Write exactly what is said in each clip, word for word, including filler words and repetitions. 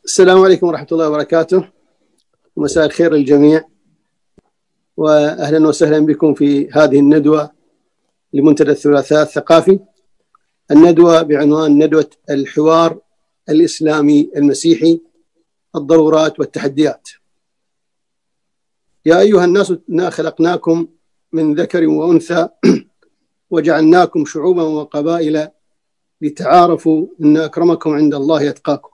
السلام عليكم ورحمة الله وبركاته، ومساء الخير للجميع، وأهلا وسهلا بكم في هذه الندوة لمنتدى الثلاثاء الثقافي. الندوة بعنوان ندوة الحوار الإسلامي المسيحي، الضرورات والتحديات. يا أيها الناس إنا خلقناكم من ذكر وأنثى وجعلناكم شعوبا وقبائل لتعارفوا إن أكرمكم عند الله يتقاكم.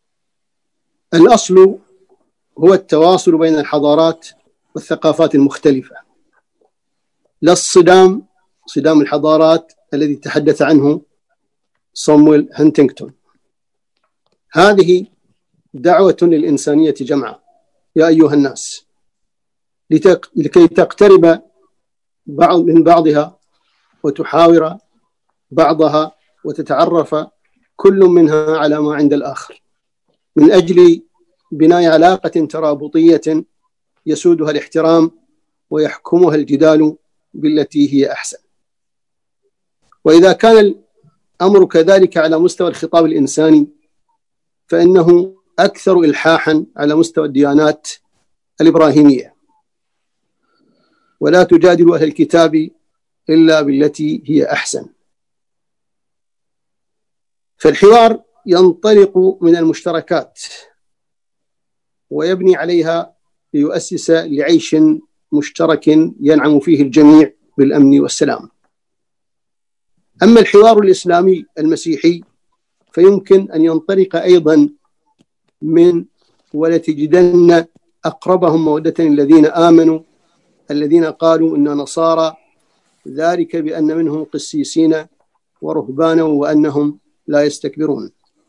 الأصل هو التواصل بين الحضارات والثقافات المختلفة، لا الصدام، صدام الحضارات الذي تحدث عنه صامويل هانتنغتون. هذه دعوة للإنسانية جمعاء يا أيها الناس، لكي تقترب بعض من بعضها وتحاور بعضها وتتعرف كل منها على ما عند الآخر، من أجل بناء علاقة ترابطية يسودها الاحترام ويحكمها الجدال بالتي هي أحسن. وإذا كان الأمر كذلك على مستوى الخطاب الإنساني، فإنه أكثر إلحاحا على مستوى الديانات الإبراهيمية. ولا تجادل أهل الكتاب إلا بالتي هي أحسن. فالحوار ينطلق من المشتركات ويبني عليها ليؤسس لعيش مشترك ينعم فيه الجميع بالأمن والسلام. أما الحوار الإسلامي المسيحي فيمكن أن ينطلق أيضا من ولتجدن أقربهم مودة الذين آمنوا الذين قالوا إن نصارى، ذلك بأن منهم قسيسين ورهبانا وأنهم لا يستكبرون.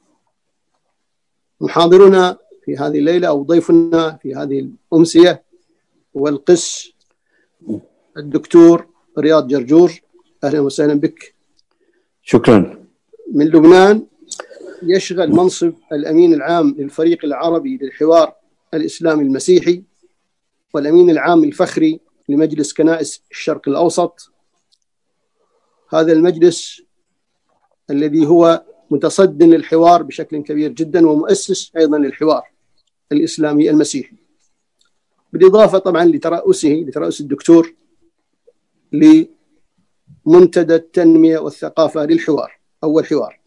محاضرنا في هذه الليلة أو ضيفنا في هذه الأمسية هو القس الدكتور رياض جرجور. أهلا وسهلا بك. شكرا. من لبنان، يشغل منصب الأمين العام للفريق العربي للحوار الإسلامي المسيحي، والأمين العام الفخري لمجلس كنائس الشرق الأوسط. هذا المجلس الذي هو متصد للحوار بشكل كبير جدا، ومؤسس أيضا للحوار الإسلامي المسيحي، بالإضافة طبعا لترأسه لترأس الدكتور لمنتدى التنمية والثقافة للحوار أو الحوار.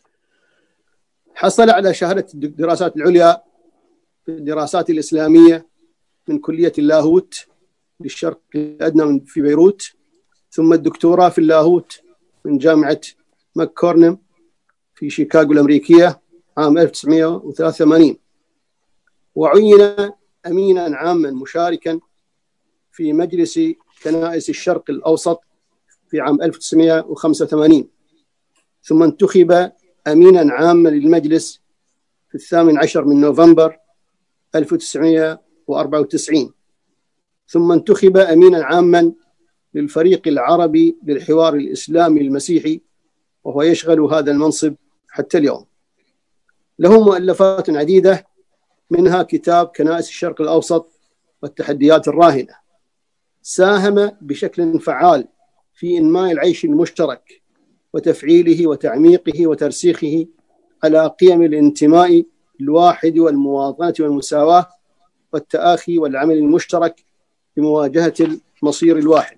حصل على شهادة الدراسات العليا في الدراسات الإسلامية من كلية اللاهوت للشرق الأدنى في بيروت، ثم الدكتوراه في اللاهوت من جامعة ماككورنم في شيكاغو الأمريكية عام ألف وتسعمائة وثلاثة وثمانين، وعين أمينا عاما مشاركا في مجلس كنائس الشرق الأوسط في عام ألف وتسعمائة وخمسة وثمانين، ثم انتخب أمينا عاما للمجلس في الثامن عشر من نوفمبر ألف وتسعمائة وأربعة وتسعين، ثم انتخب أمينا عاما للفريق العربي للحوار الإسلامي المسيحي، وهو يشغل هذا المنصب حتى اليوم. له مؤلفات عديدة، منها كتاب كنائس الشرق الأوسط والتحديات الراهنة. ساهم بشكل فعال في إنماء العيش المشترك وتفعيله وتعميقه وترسيخه على قيم الانتماء الواحد والمواطنة والمساواة والتآخي والعمل المشترك بمواجهة المصير الواحد.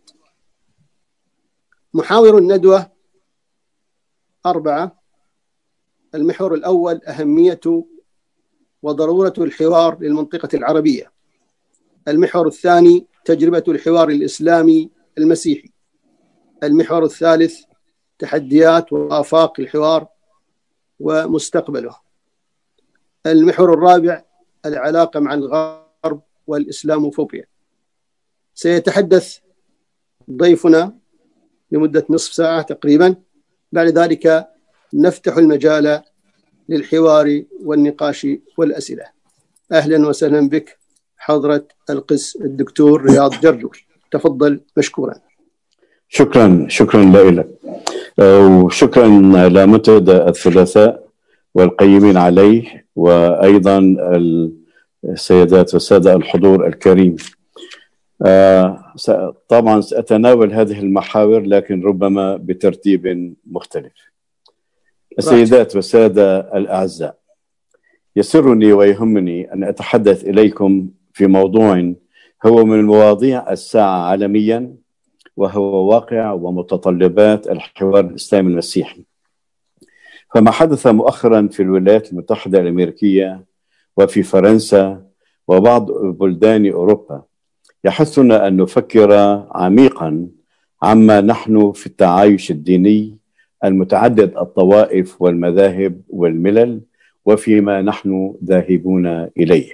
محاور الندوة أربعة. المحور الأول: أهمية وضرورة الحوار للمنطقة العربية. المحور الثاني: تجربة الحوار الإسلامي المسيحي. المحور الثالث: تحديات وآفاق الحوار ومستقبله. المحور الرابع: العلاقة مع الغرب والإسلاموفوبيا. سيتحدث ضيفنا لمدة نصف ساعة تقريبا، بعد ذلك نفتح المجال للحوار والنقاش والأسئلة. أهلا وسهلا بك حضرة القس الدكتور رياض جرجور، تفضل مشكورا. شكرا شكرا لك، وشكرا لمنتدى الثلاثاء والقيمين عليه، وأيضا السيدات والسادة الحضور الكريم. طبعا سأتناول هذه المحاور لكن ربما بترتيب مختلف. السيدات والسادة الأعزاء، يسرني ويهمني أن أتحدث إليكم في موضوع هو من مواضيع الساعة عالميا، وهو واقع ومتطلبات الحوار الإسلامي المسيحي. فما حدث مؤخرا في الولايات المتحدة الأمريكية وفي فرنسا وبعض بلدان أوروبا يحثنا أن نفكر عميقا عما نحن في التعايش الديني المتعدد الطوائف والمذاهب والملل وفيما نحن ذاهبون إليه.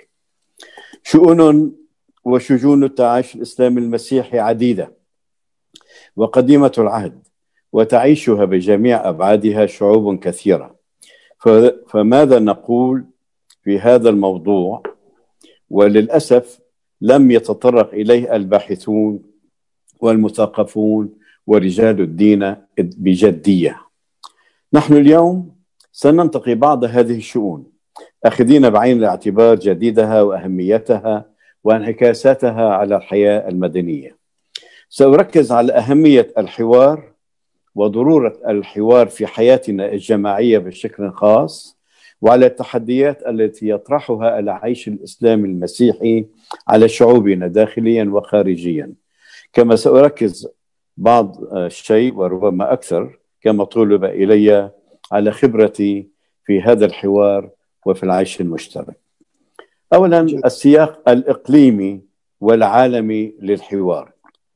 شؤون وشجون التعايش الإسلامي المسيحي عديدة وقديمة العهد، وتعيشها بجميع أبعادها شعوب كثيرة. فماذا نقول في هذا الموضوع؟ وللأسف لم يتطرق إليه الباحثون والمثقفون ورجال الدين بجدية. نحن اليوم سننتقي بعض هذه الشؤون أخذين بعين الاعتبار جديدها وأهميتها وانعكاساتها على الحياة المدنية. سأركز على أهمية الحوار وضرورة الحوار في حياتنا الجماعية بشكل خاص، وعلى التحديات التي يطرحها العيش الإسلامي المسيحي على شعوبنا داخليا وخارجيا. كما سأركز بعض الشيء وربما أكثر كما طلب إلي على خبرتي في هذا الحوار وفي العيش المشترك. أولا، السياق الإقليمي والعالمي للحوار.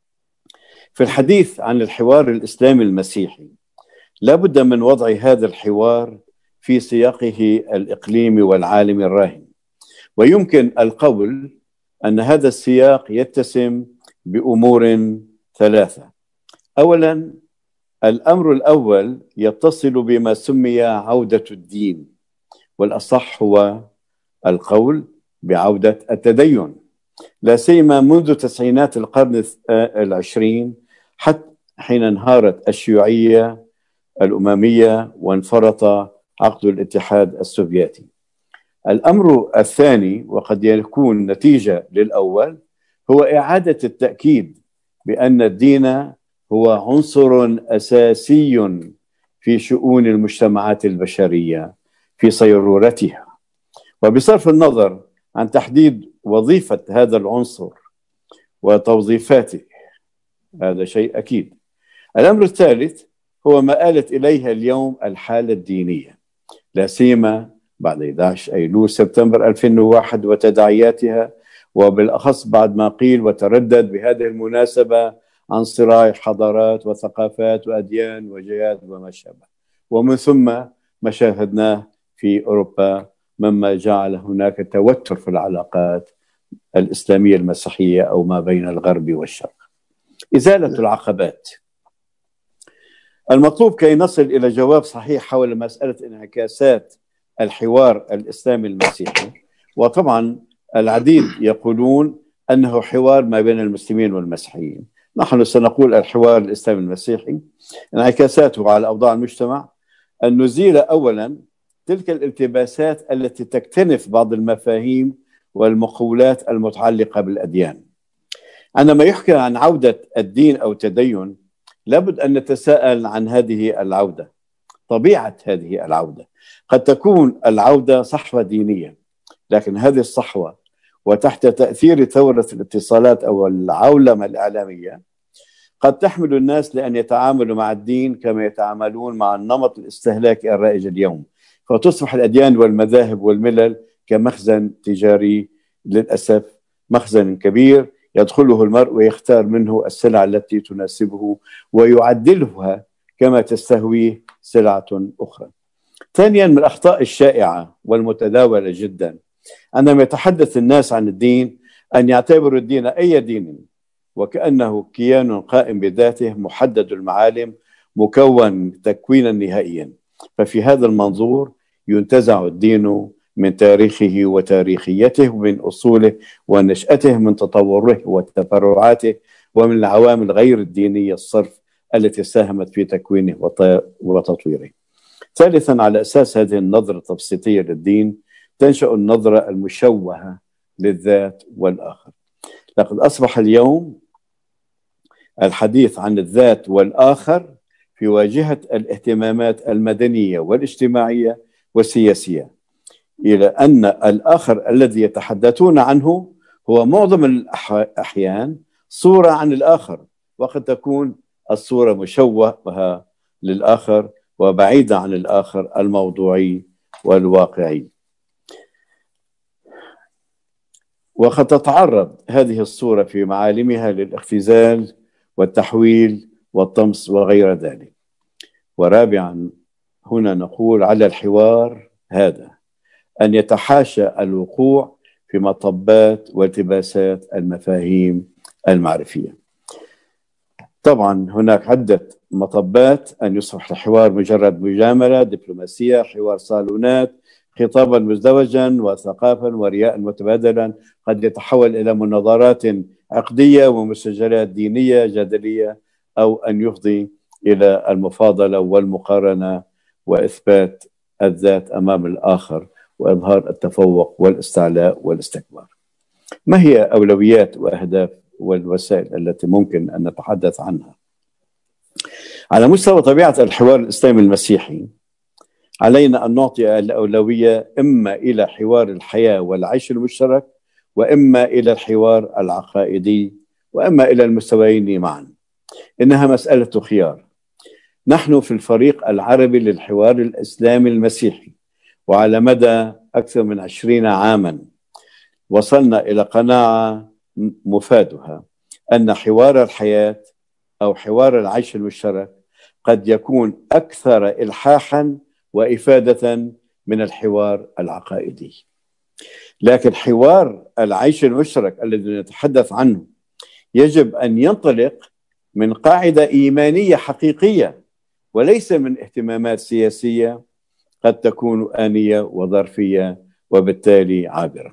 في الحديث عن الحوار الإسلامي المسيحي لابد من وضع هذا الحوار في سياقه الإقليمي والعالمي الراهن، ويمكن القول أن هذا السياق يتسم بأمور ثلاثة. أولا، الأمر الأول يتصل بما سمي عودة الدين، والأصح هو القول بعودة التدين، لا سيما منذ تسعينات القرن العشرين حتى حين انهارت الشيوعية الأممية وانفرط عقد الاتحاد السوفيتي. الأمر الثاني، وقد يكون نتيجة للأول، هو إعادة التأكيد بأن الدين هو عنصر أساسي في شؤون المجتمعات البشرية في صيرورتها، وبصرف النظر عن تحديد وظيفة هذا العنصر وتوظيفاته، هذا شيء أكيد. الأمر الثالث هو ما آلت إليها اليوم الحالة الدينية، لا سيما بعد أحد عشر أيلول سبتمبر ألفين وواحد وتداعياتها، وبالأخص بعد ما قيل وتردد بهذه المناسبة عن صراع حضارات وثقافات وأديان وجهات وما شابه، ومن ثم ما شاهدناه في أوروبا مما جعل هناك توتر في العلاقات الإسلامية المسيحية أو ما بين الغرب والشرق. إزالة العقبات. المطلوب كي نصل إلى جواب صحيح حول مسألة انعكاسات الحوار الإسلامي المسيحي، وطبعا العديد يقولون أنه حوار ما بين المسلمين والمسيحيين. نحن سنقول الحوار الإسلامي المسيحي انعكاساته على أوضاع المجتمع أن نزيل أولا تلك الالتباسات التي تكتنف بعض المفاهيم والمقولات المتعلقة بالأديان. عندما يحكى عن عودة الدين أو التدين لابد أن نتساءل عن هذه العودة، طبيعة هذه العودة. قد تكون العودة صحوة دينية، لكن هذه الصحوة وتحت تأثير ثورة الاتصالات أو العولمة الإعلامية قد تحمل الناس لأن يتعاملوا مع الدين كما يتعاملون مع النمط الاستهلاكي الرائج اليوم، فتصبح الأديان والمذاهب والملل كمخزن تجاري، للأسف مخزن كبير يدخله المرء ويختار منه السلع التي تناسبه ويعدلها كما تستهويه سلعة أخرى. ثانيا، من الأخطاء الشائعة والمتداولة جدا عندما يتحدث الناس عن الدين أن يعتبروا الدين أي دين وكأنه كيان قائم بذاته محدد المعالم مكون تكوينا نهائيا، ففي هذا المنظور ينتزع الدين من تاريخه وتاريخيته ومن أصوله ونشأته، من تطوره وتفرعاته، ومن العوامل غير الدينية الصرف التي ساهمت في تكوينه وتطويره. ثالثا، على أساس هذه النظرة التبسيطية للدين تنشأ النظرة المشوهة للذات والآخر. لقد أصبح اليوم الحديث عن الذات والآخر في واجهة الاهتمامات المدنية والاجتماعية والسياسية، إلى أن الآخر الذي يتحدثون عنه هو معظم الأحيان صورة عن الآخر، وقد تكون الصورة مشوهة للآخر وبعيدة عن الآخر الموضوعي والواقعي. وقد تتعرض هذه الصورة في معالمها للاختزال والتحويل والطمس وغير ذلك. ورابعا، هنا نقول على الحوار هذا أن يتحاشى الوقوع في مطبات والتباسات المفاهيم المعرفية. طبعا هناك عدة مطبات: أن يصبح الحوار مجرد مجاملة دبلوماسية، حوار صالونات، خطابا مزدوجا وثقافا ورياء متبادلا، قد يتحول إلى مناظرات عقدية ومسجلات دينية جدلية، أو أن يفضي إلى المفاضلة والمقارنة وإثبات الذات أمام الآخر وإظهار التفوق والاستعلاء والاستكبار. ما هي أولويات وأهداف والوسائل التي ممكن أن نتحدث عنها؟ على مستوى طبيعة الحوار الإسلامي المسيحي، علينا أن نعطي الأولوية إما إلى حوار الحياة والعيش المشترك، وإما إلى الحوار العقائدي، وإما إلى المستويين معا. إنها مسألة خيار. نحن في الفريق العربي للحوار الإسلامي المسيحي، وعلى مدى أكثر من عشرين عاما وصلنا إلى قناعة مفادها أن حوار الحياة أو حوار العيش المشترك قد يكون أكثر إلحاحا وإفادة من الحوار العقائدي. لكن حوار العيش المشترك الذي نتحدث عنه يجب أن ينطلق من قاعدة إيمانية حقيقية، وليس من اهتمامات سياسية قد تكون آنية وظرفية وبالتالي عابرة.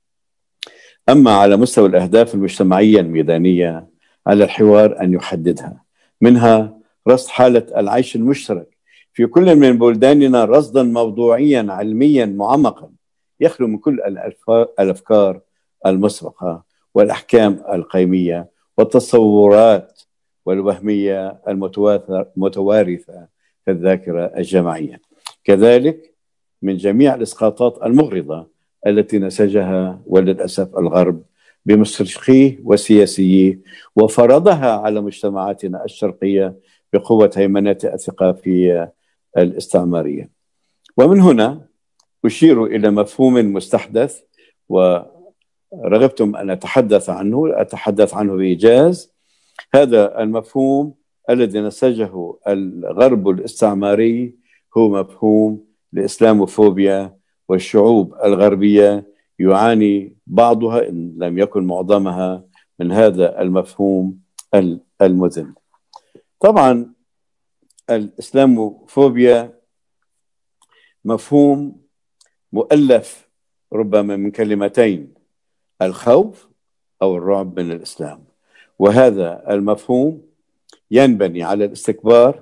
أما على مستوى الأهداف المجتمعية الميدانية، على الحوار أن يحددها، منها رصد حالة العيش المشترك في كل من بلداننا رصدا موضوعيا علميا معمقا يخلو من كل الأفكار المسبقة والأحكام القيمية والتصورات والوهمية المتوارثة في الذاكرة الجماعية. كذلك من جميع الإسقاطات المغرضة التي نسجها وللأسف الغرب بمستشرقيه وسياسيه وفرضها على مجتمعاتنا الشرقية بقوة هيمنتها الثقافية الاستعمارية. ومن هنا أشير إلى مفهوم مستحدث ورغبتم أن أتحدث عنه، أتحدث عنه بإيجاز. هذا المفهوم الذي نسجه الغرب الاستعماري هو مفهوم الإسلاموفوبيا، والشعوب الغربية يعاني بعضها إن لم يكن معظمها من هذا المفهوم المذل. طبعا الإسلاموفوبيا مفهوم مؤلف ربما من كلمتين: الخوف أو الرعب من الإسلام، وهذا المفهوم ينبني على الاستكبار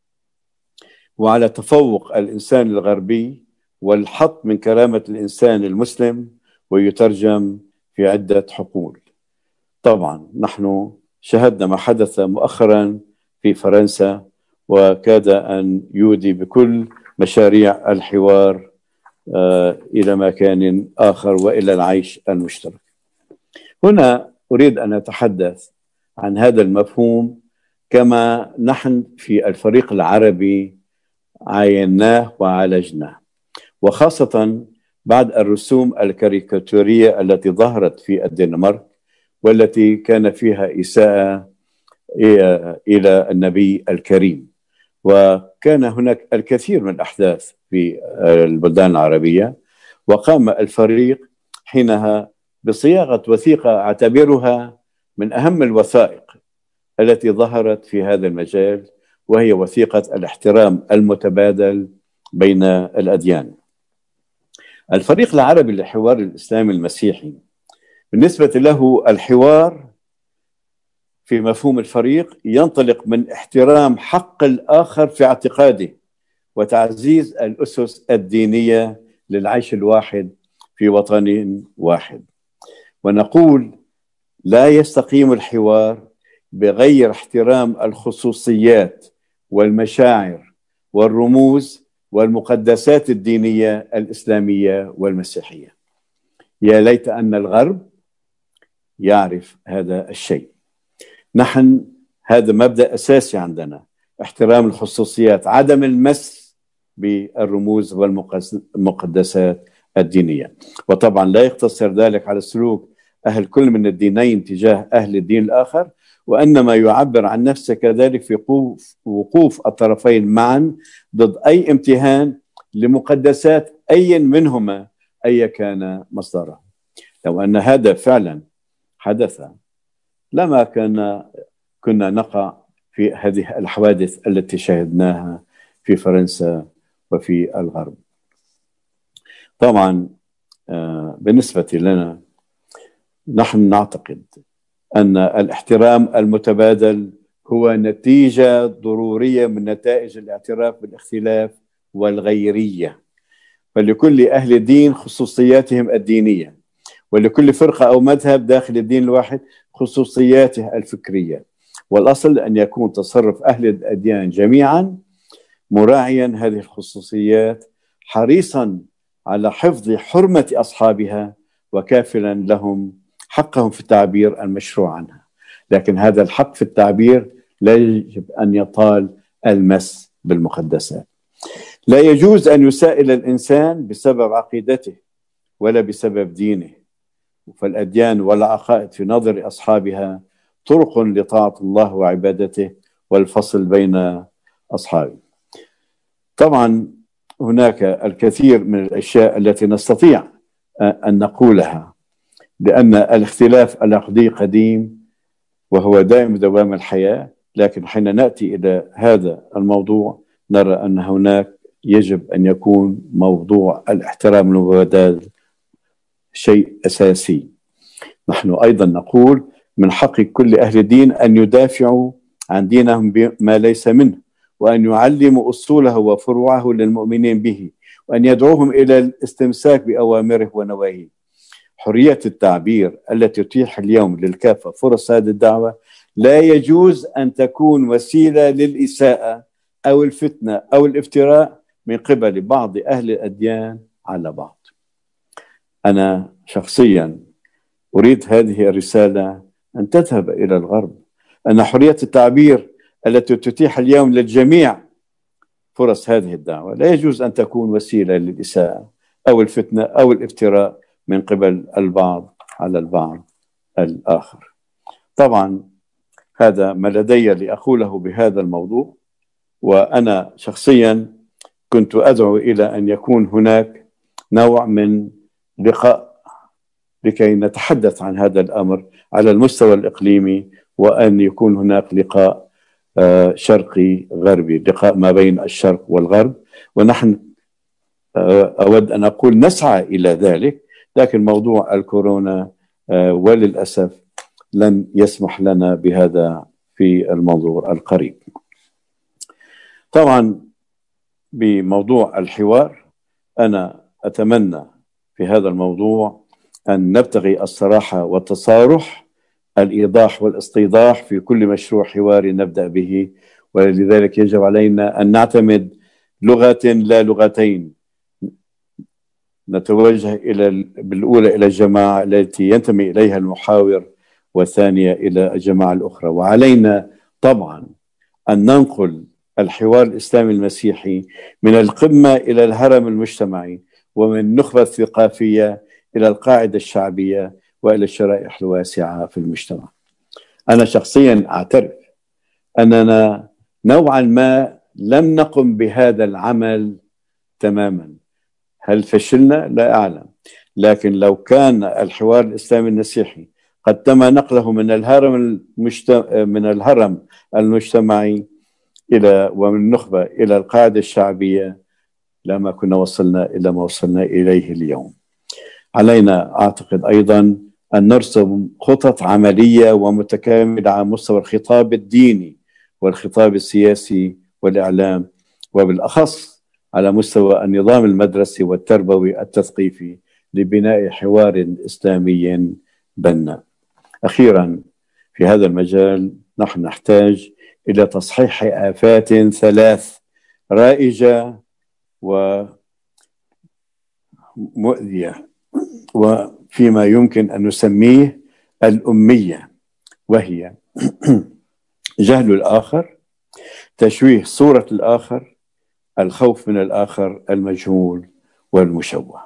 وعلى تفوق الإنسان الغربي والحط من كرامة الإنسان المسلم، ويترجم في عدة حقول. طبعا نحن شهدنا ما حدث مؤخرا في فرنسا، وكاد أن يودي بكل مشاريع الحوار إلى مكان آخر وإلى العيش المشترك. هنا أريد أن أتحدث عن هذا المفهوم كما نحن في الفريق العربي عايناه وعالجناه، وخاصة بعد الرسوم الكاريكاتورية التي ظهرت في الدنمارك والتي كان فيها إساءة إلى النبي الكريم. وكان هناك الكثير من الأحداث في البلدان العربية، وقام الفريق حينها بصياغة وثيقة أعتبرها من أهم الوثائق التي ظهرت في هذا المجال، وهي وثيقة الاحترام المتبادل بين الأديان. الفريق العربي للحوار الإسلامي المسيحي بالنسبة له الحوار في مفهوم الفريق ينطلق من احترام حق الآخر في اعتقاده وتعزيز الأسس الدينية للعيش الواحد في وطن واحد. ونقول لا يستقيم الحوار بغير احترام الخصوصيات والمشاعر والرموز والمقدسات الدينية الإسلامية والمسيحية. يا ليت أن الغرب يعرف هذا الشيء. نحن هذا مبدأ أساسي عندنا، احترام الخصوصيات، عدم المس بالرموز والمقدسات الدينية. وطبعا لا يقتصر ذلك على سلوك أهل كل من الدينين تجاه أهل الدين الآخر، وإنما يعبر عن نفسه كذلك في وقوف الطرفين معا ضد أي امتهان لمقدسات أي منهما أي كان مصدره. لو أن هذا فعلا حدث لما كان كنا نقع في هذه الحوادث التي شاهدناها في فرنسا وفي الغرب. طبعا بالنسبة لنا نحن نعتقد أن الاحترام المتبادل هو نتيجة ضرورية من نتائج الاعتراف بالاختلاف والغيرية، فلكل أهل دين خصوصياتهم الدينية، ولكل فرقة أو مذهب داخل الدين الواحد خصوصياته الفكرية، والأصل أن يكون تصرف أهل الأديان جميعا مراعيا هذه الخصوصيات، حريصا على حفظ حرمة أصحابها وكافلا لهم حقهم في التعبير المشروع عنها. لكن هذا الحق في التعبير لا يجب أن يطال المس بالمقدسات. لا يجوز أن يسائل الإنسان بسبب عقيدته ولا بسبب دينه، فالأديان والعقائد في نظر أصحابها طرق لطاعة الله وعبادته والفصل بين أصحابه. طبعا هناك الكثير من الأشياء التي نستطيع أن نقولها، لأن الاختلاف العقدي قديم وهو دائم دوام الحياة، لكن حين نأتي إلى هذا الموضوع نرى أن هناك يجب أن يكون موضوع الاحترام المتبادل شيء أساسي. نحن أيضا نقول من حق كل أهل الدين أن يدافعوا عن دينهم بما ليس منه، وأن يعلموا أصوله وفروعه للمؤمنين به، وأن يدعوهم إلى الاستمساك بأوامره ونواهيه. حرية التعبير التي تتيح اليوم للكافة فرص هذه الدعوة لا يجوز أن تكون وسيلة للإساءة أو الفتنة أو الافتراء من قبل بعض أهل الأديان على بعض. أنا شخصيا أريد هذه الرسالة أن تذهب إلى الغرب، أن حرية التعبير التي تتيح اليوم للجميع فرص هذه الدعوة لا يجوز أن تكون وسيلة للإساءة أو الفتنة أو الافتراء من قبل البعض على البعض الآخر. طبعا هذا ما لدي لأقوله بهذا الموضوع، وأنا شخصيا كنت أدعو إلى أن يكون هناك نوع من لقاء لكي نتحدث عن هذا الأمر على المستوى الإقليمي، وأن يكون هناك لقاء شرقي غربي، لقاء ما بين الشرق والغرب، ونحن أود أن أقول نسعى إلى ذلك، لكن موضوع الكورونا وللأسف لن يسمح لنا بهذا في المنظور القريب. طبعا بموضوع الحوار أنا أتمنى في هذا الموضوع أن نبتغي الصراحة والتصارح، الإيضاح والاستيضاح في كل مشروع حواري نبدأ به، ولذلك يجب علينا أن نعتمد لغة لا لغتين، نتوجه إلى بالأولى إلى الجماعة التي ينتمي إليها المحاور، والثانية إلى الجماعة الأخرى. وعلينا طبعا أن ننقل الحوار الإسلامي المسيحي من القمة إلى الهرم المجتمعي، ومن النخبة الثقافية إلى القاعدة الشعبية وإلى الشرائح الواسعة في المجتمع. أنا شخصيا أعترف أننا نوعا ما لم نقم بهذا العمل تماما. هل فشلنا؟ لا أعلم، لكن لو كان الحوار الإسلامي المسيحي قد تم نقله من الهرم المجتمع من الهرم المجتمعي إلى ومن النخبة إلى القاعدة الشعبية لما كنا وصلنا إلى ما وصلنا إليه اليوم. علينا أعتقد أيضا أن نرسم خطط عملية ومتكاملة على مستوى الخطاب الديني والخطاب السياسي والإعلام، وبالأخص على مستوى النظام المدرسي والتربوي التثقيفي لبناء حوار إسلامي بناء. أخيرا في هذا المجال نحن نحتاج إلى تصحيح آفات ثلاث رائجة ومؤذية، وفيما يمكن أن نسميه الأمية، وهي جهل الآخر، تشويه صورة الآخر، الخوف من الآخر المجهول والمشوه.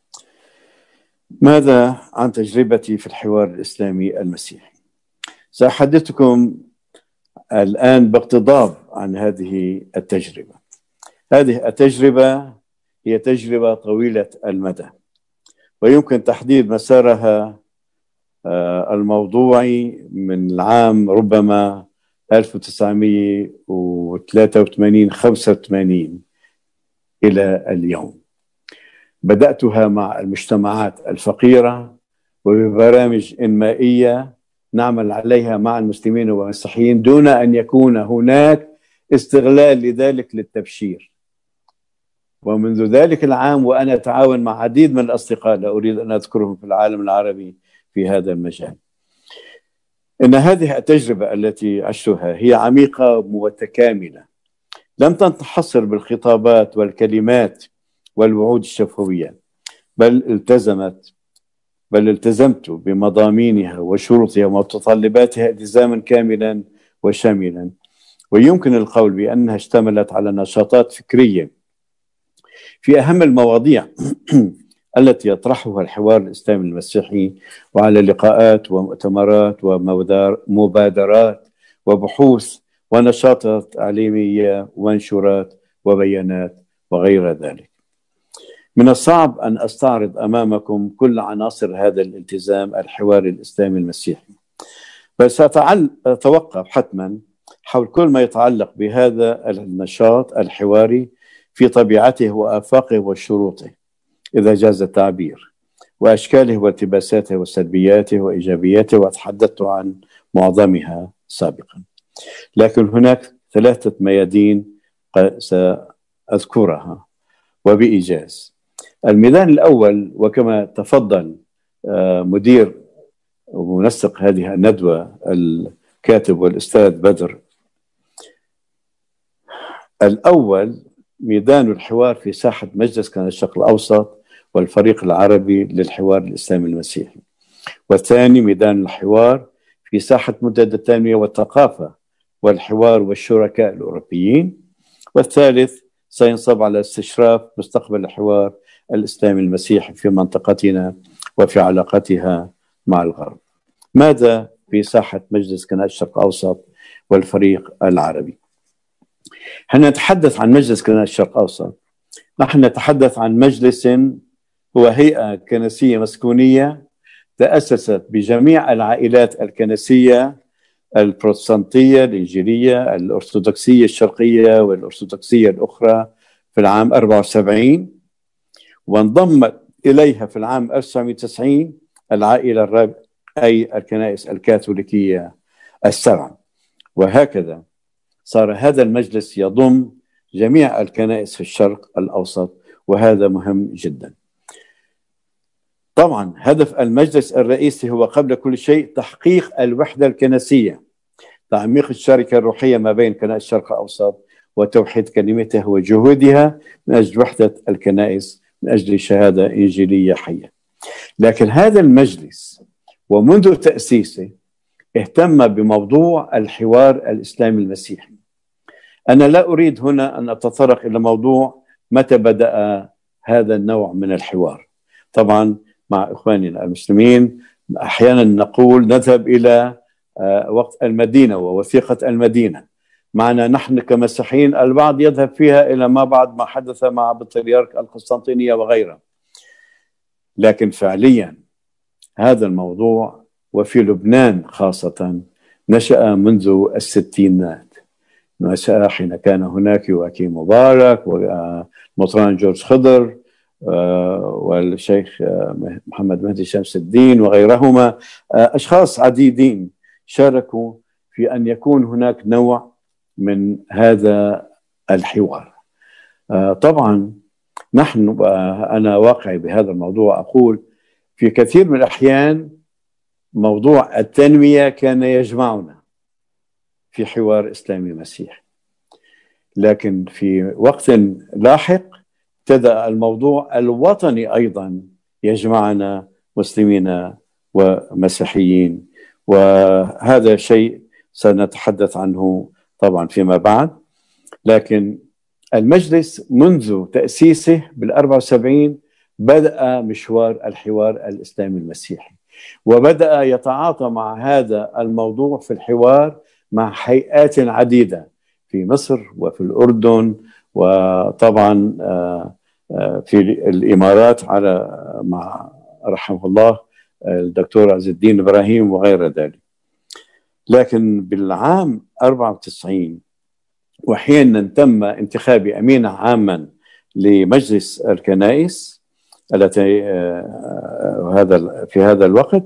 ماذا عن تجربتي في الحوار الإسلامي المسيحي؟ سأحدثكم الآن باقتضاب عن هذه التجربة. هذه التجربة هي تجربة طويلة المدى، ويمكن تحديد مسارها الموضوعي من العام ربما ألف وتسعمئة وثلاثة وثمانين خمسة وثمانين إلى اليوم. بدأتها مع المجتمعات الفقيرة وببرامج إنمائية نعمل عليها مع المسلمين والمسيحيين دون أن يكون هناك استغلال لذلك للتبشير. ومنذ ذلك العام وأنا أتعاون مع عديد من الأصدقاء لا أريد أن أذكرهم في العالم العربي في هذا المجال. إن هذه التجربة التي عشتها هي عميقة ومتكاملة، لم تنحصر بالخطابات والكلمات والوعود الشفوية، بل التزمت بل التزمت بمضامينها وشروطها ومتطلباتها التزاما كاملا وشاملا. ويمكن القول بأنها اشتملت على نشاطات فكرية في أهم المواضيع التي يطرحها الحوار الإسلامي المسيحي، وعلى لقاءات ومؤتمرات ومبادرات وبحوث ونشاطات تعليمية ومنشورات وبيانات وغير ذلك. من الصعب أن أستعرض أمامكم كل عناصر هذا الالتزام الحواري الإسلامي المسيحي، بل سأتوقف حتما حول كل ما يتعلق بهذا النشاط الحواري في طبيعته وآفاقه وشروطه إذا جاز التعبير، وأشكاله والتباساته وسلبياته وإيجابياته، وتحدثت عن معظمها سابقا. لكن هناك ثلاثة ميادين سأذكرها وبإيجاز. الميدان الأول، وكما تفضل مدير ومنسق هذه الندوة الكاتب والأستاذ بدر، الأول ميدان الحوار في ساحة مجلس كنائس الشرق الأوسط والفريق العربي للحوار الإسلامي المسيحي، والثاني ميدان الحوار في ساحة منتدى التنمية والثقافة والحوار والشركاء الأوروبيين، والثالث سينصب على استشراف مستقبل الحوار الإسلامي المسيحي في منطقتنا وفي علاقتها مع الغرب. ماذا في ساحة مجلس كنائس الشرق الأوسط والفريق العربي؟ حين نتحدث عن مجلس كنائس الشرق الأوسط نحن نتحدث عن مجلس هو هيئة كنسية مسكونية تأسست بجميع العائلات الكنسية البروتستانتية الإنجيلية الأرثوذكسية الشرقية والأرثوذكسية الأخرى في العام أربعة وسبعين، وانضمت إليها في العام ألف وتسعمئة وتسعين العائلة الرابعة أي الكنائس الكاثوليكية السبع. وهكذا صار هذا المجلس يضم جميع الكنائس في الشرق الأوسط، وهذا مهم جدا. طبعا هدف المجلس الرئيسي هو قبل كل شيء تحقيق الوحدة الكنسية، تعميق الشركة الروحية ما بين كنائس الشرق الأوسط وتوحيد كلمتها وجهودها من أجل وحدة الكنائس من أجل شهادة إنجيلية حية. لكن هذا المجلس ومنذ تأسيسه اهتم بموضوع الحوار الإسلامي المسيحي. أنا لا أريد هنا أن أتطرق إلى موضوع متى بدأ هذا النوع من الحوار. طبعا مع إخواننا المسلمين أحيانا نقول نذهب إلى وقت المدينة ووثيقة المدينة، معنا نحن كمسيحيين البعض يذهب فيها إلى ما بعد ما حدث مع بطريرك القسطنطينية وغيره. لكن فعليا هذا الموضوع وفي لبنان خاصة نشأ منذ الستينات، نشأ حين كان هناك يواكيم مبارك ومطران جورج خضر والشيخ محمد مهدي شمس الدين وغيرهما، أشخاص عديدين شاركوا في أن يكون هناك نوع من هذا الحوار. طبعا نحن أنا واقعي بهذا الموضوع، أقول في كثير من الأحيان موضوع التنمية كان يجمعنا في حوار إسلامي مسيحي، لكن في وقت لاحق ابتدأ الموضوع الوطني أيضا يجمعنا مسلمين ومسيحيين، وهذا شيء سنتحدث عنه طبعا فيما بعد. لكن المجلس منذ تأسيسه بالأربعة وسبعين بدأ مشوار الحوار الإسلامي المسيحي، وبدأ يتعاطى مع هذا الموضوع في الحوار مع هيئات عديدة في مصر وفي الأردن، وطبعا في الإمارات على مع رحمه الله الدكتور عز الدين إبراهيم وغير ذلك. لكن بالعام أربعة وتسعين وحين تم انتخاب أمينا عاما لمجلس الكنائس التي هذا في هذا الوقت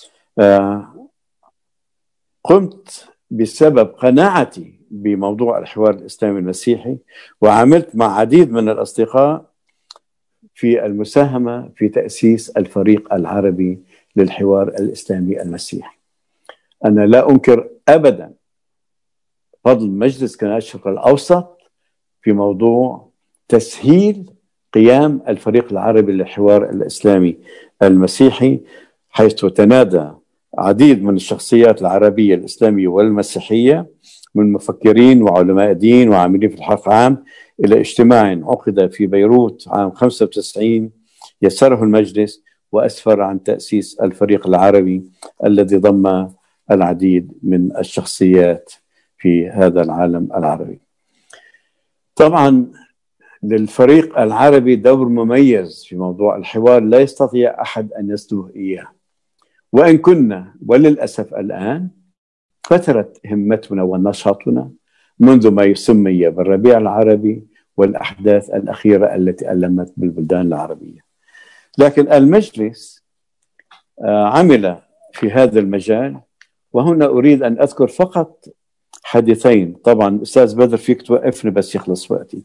قمت بسبب قناعتي بموضوع الحوار الإسلامي المسيحي، وعملت مع عديد من الأصدقاء في المساهمة في تأسيس الفريق العربي للحوار الإسلامي المسيحي. أنا لا أنكر أبدا فضل مجلس كنائس الشرق الأوسط في موضوع تسهيل قيام الفريق العربي للحوار الإسلامي المسيحي، حيث تنادى عديد من الشخصيات العربية الإسلامية والمسيحية من مفكرين وعلماء دين وعاملين في الحق عام إلى اجتماع عقد في بيروت عام خمسة وتسعين يسره المجلس وأسفر عن تأسيس الفريق العربي الذي ضم العديد من الشخصيات في هذا العالم العربي. طبعا للفريق العربي دور مميز في موضوع الحوار لا يستطيع أحد أن يسلوه إياه، وإن كنا وللأسف الآن فترت همتنا ونشاطنا منذ ما يسمي بالربيع العربي والأحداث الأخيرة التي ألمت بالبلدان العربية. لكن المجلس عمل في هذا المجال، وهنا أريد أن أذكر فقط حديثين. طبعا أستاذ بدر فيك توقفني بس يخلص وقتي.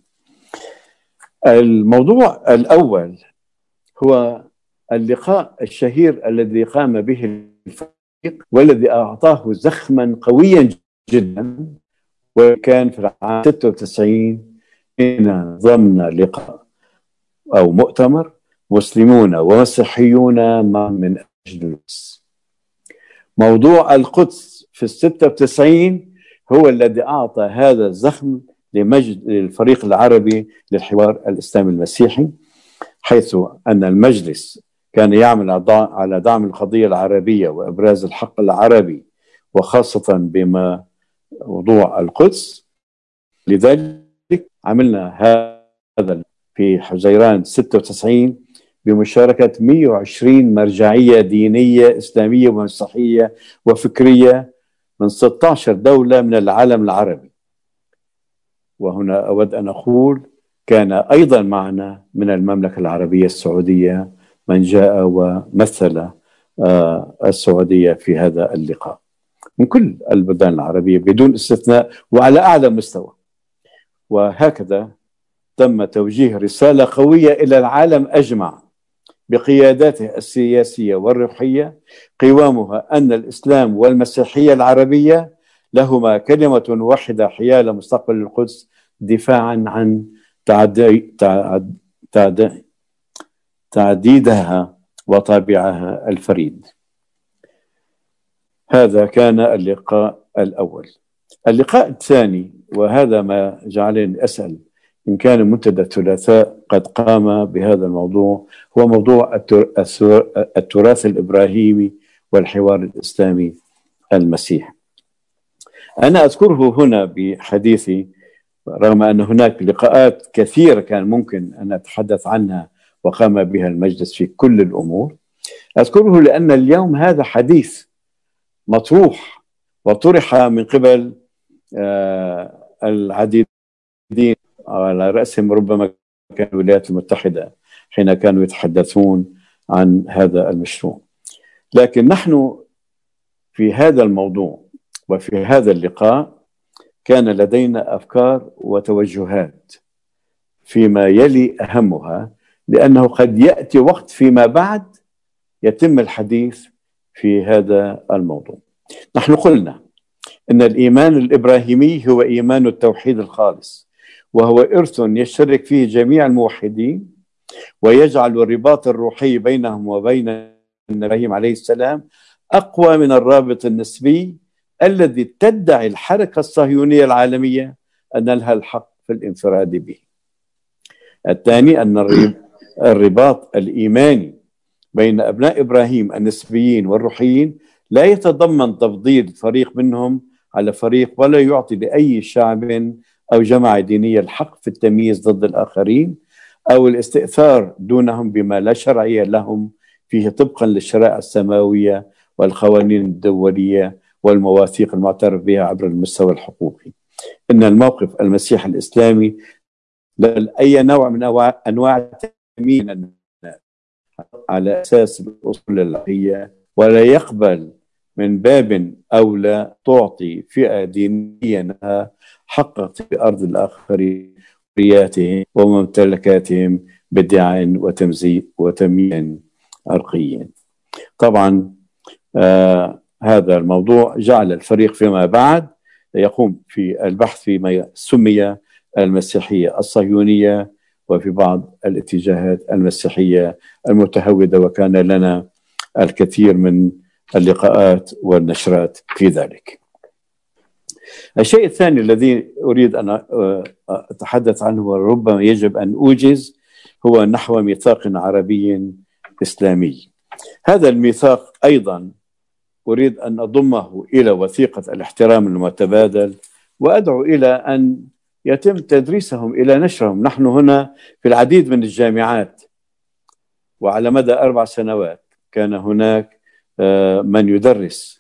الموضوع الأول هو اللقاء الشهير الذي قام به الفريق والذي أعطاه زخما قويا جدا، وكان في العام ستة وتسعين حين ضمن لقاء أو مؤتمر مسلمون ومسيحيون من أجل القدس. موضوع القدس في الستة وتسعين هو الذي أعطى هذا الزخم لمجد للفريق العربي للحوار الإسلامي المسيحي، حيث أن المجلس كان يعمل على دعم القضية العربية وإبراز الحق العربي، وخاصة بما موضوع القدس. لذلك عملنا هذا في حزيران ستة وتسعين بمشاركة مئة وعشرين مرجعية دينية إسلامية ومسيحية وفكرية من ستة عشر دولة من العالم العربي. وهنا أود أن أقول كان أيضا معنا من المملكة العربية السعودية من جاء ومثل السعودية في هذا اللقاء، من كل البلدان العربية بدون استثناء وعلى أعلى مستوى. وهكذا تم توجيه رسالة قوية إلى العالم أجمع بقياداته السياسية والروحية، قوامها أن الإسلام والمسيحية العربية لهما كلمة واحدة حيال مستقبل القدس، دفاعا عن تعدي تعد تعد تعديدها وطابعها الفريد. هذا كان اللقاء الأول. اللقاء الثاني، وهذا ما جعلني أسأل إن كان منتدى الثلاثاء قد قام بهذا الموضوع، هو موضوع التراث الإبراهيمي والحوار الإسلامي المسيحي. أنا أذكره هنا بحديثي رغم أن هناك لقاءات كثيرة كان ممكن أن أتحدث عنها وقام بها المجلس في كل الأمور. أذكره لأن اليوم هذا حديث مطروح وطرح من قبل العديدين، على رأسهم ربما كان الولايات المتحدة حين كانوا يتحدثون عن هذا المشروع. لكن نحن في هذا الموضوع وفي هذا اللقاء كان لدينا أفكار وتوجهات فيما يلي أهمها، لأنه قد يأتي وقت فيما بعد يتم الحديث في هذا الموضوع. نحن قلنا إن الإيمان الإبراهيمي هو إيمان التوحيد الخالص، وهو إرث يشترك فيه جميع الموحدين، ويجعل الرباط الروحي بينهم وبين إبراهيم عليه السلام أقوى من الرابط النسبي الذي تدعي الحركة الصهيونية العالمية أن لها الحق في الانفراد به. الثاني أن الرباط الإيماني بين أبناء إبراهيم النسبيين والروحيين لا يتضمن تفضيل فريق منهم على فريق، ولا يعطي لأي شعب أو جماعة دينية الحق في التمييز ضد الآخرين أو الاستئثار دونهم بما لا شرعية لهم فيه طبقا للشرائع السماوية والقوانين الدولية والمواثيق المعترف بها عبر المستوى الحقوقي. إن الموقف المسيحي الإسلامي لا أي نوع من أنواع التأمين على أساس الأصول العقلية، ولا يقبل من باب أولى تعطي فئة دينية حقق في أرض الآخرين حرياتهم وممتلكاتهم بادعاء وتمزيق وتمييز عرقي. طبعا آه هذا الموضوع جعل الفريق فيما بعد يقوم في البحث فيما سمي المسيحية الصهيونية وفي بعض الاتجاهات المسيحية المتهودة، وكان لنا الكثير من اللقاءات والنشرات في ذلك. الشيء الثاني الذي أريد أن أتحدث عنه وربما يجب أن أوجز هو نحو ميثاق عربي إسلامي. هذا الميثاق أيضا أريد أن أضمه إلى وثيقة الاحترام المتبادل، وأدعو إلى أن يتم تدريسهم إلى نشرهم. نحن هنا في العديد من الجامعات وعلى مدى أربع سنوات كان هناك من يدرس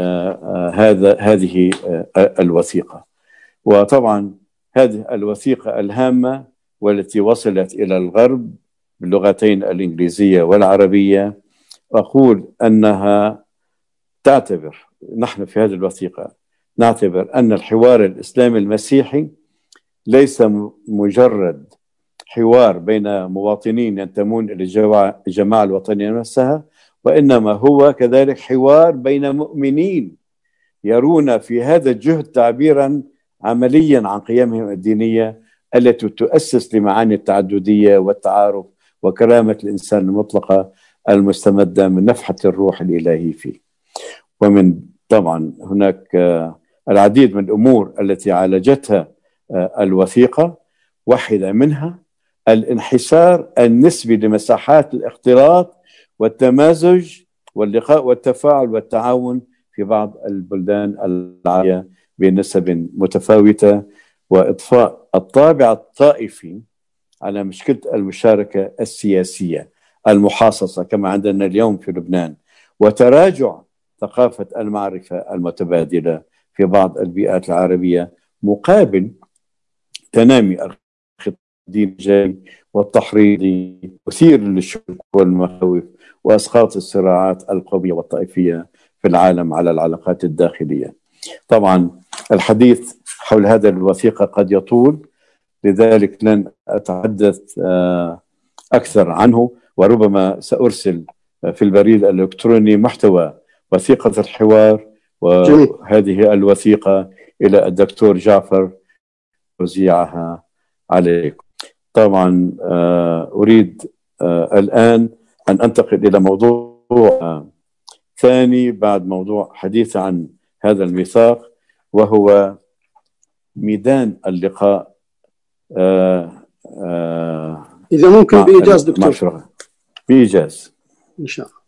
هذا هذه الوثيقة، وطبعا هذه الوثيقة الهامة والتي وصلت إلى الغرب باللغتين الإنجليزية والعربية، أقول أنها تعتبر، نحن في هذه الوثيقة نعتبر أن الحوار الإسلامي المسيحي ليس مجرد حوار بين مواطنين ينتمون إلى الجماعة الوطنية نفسها، وإنما هو كذلك حوار بين مؤمنين يرون في هذا الجهد تعبيرا عمليا عن قيمهم الدينية التي تؤسس لمعاني التعددية والتعارف وكرامة الإنسان المطلقة المستمدة من نفحة الروح الإلهي فيه. ومن طبعا هناك العديد من الأمور التي عالجتها الوثيقة، واحدة منها الانحسار النسبي لمساحات الاختلاط والتمازج واللقاء والتفاعل والتعاون في بعض البلدان العربية بنسب متفاوتة، وإضفاء الطابع الطائفي على مشكلة المشاركة السياسية المحاصصة كما عندنا اليوم في لبنان، وتراجع ثقافة المعرفة المتبادلة في بعض البيئات العربية مقابل تنامي الدين والتحريضي مثير للشكوك والمخاوف واسقاط الصراعات القوميه والطائفيه في العالم على العلاقات الداخليه. طبعا الحديث حول هذا الوثيقه قد يطول، لذلك لن اتحدث اكثر عنه، وربما سارسل في البريد الالكتروني محتوى وثيقه الحوار وهذه الوثيقه الى الدكتور جعفر توزيعها عليكم. طبعا أريد الآن أن أنتقل إلى موضوع ثاني بعد موضوع حديث عن هذا الميثاق، وهو ميدان اللقاء. إذا ممكن بإيجاز دكتور. بإيجاز إن شاء الله.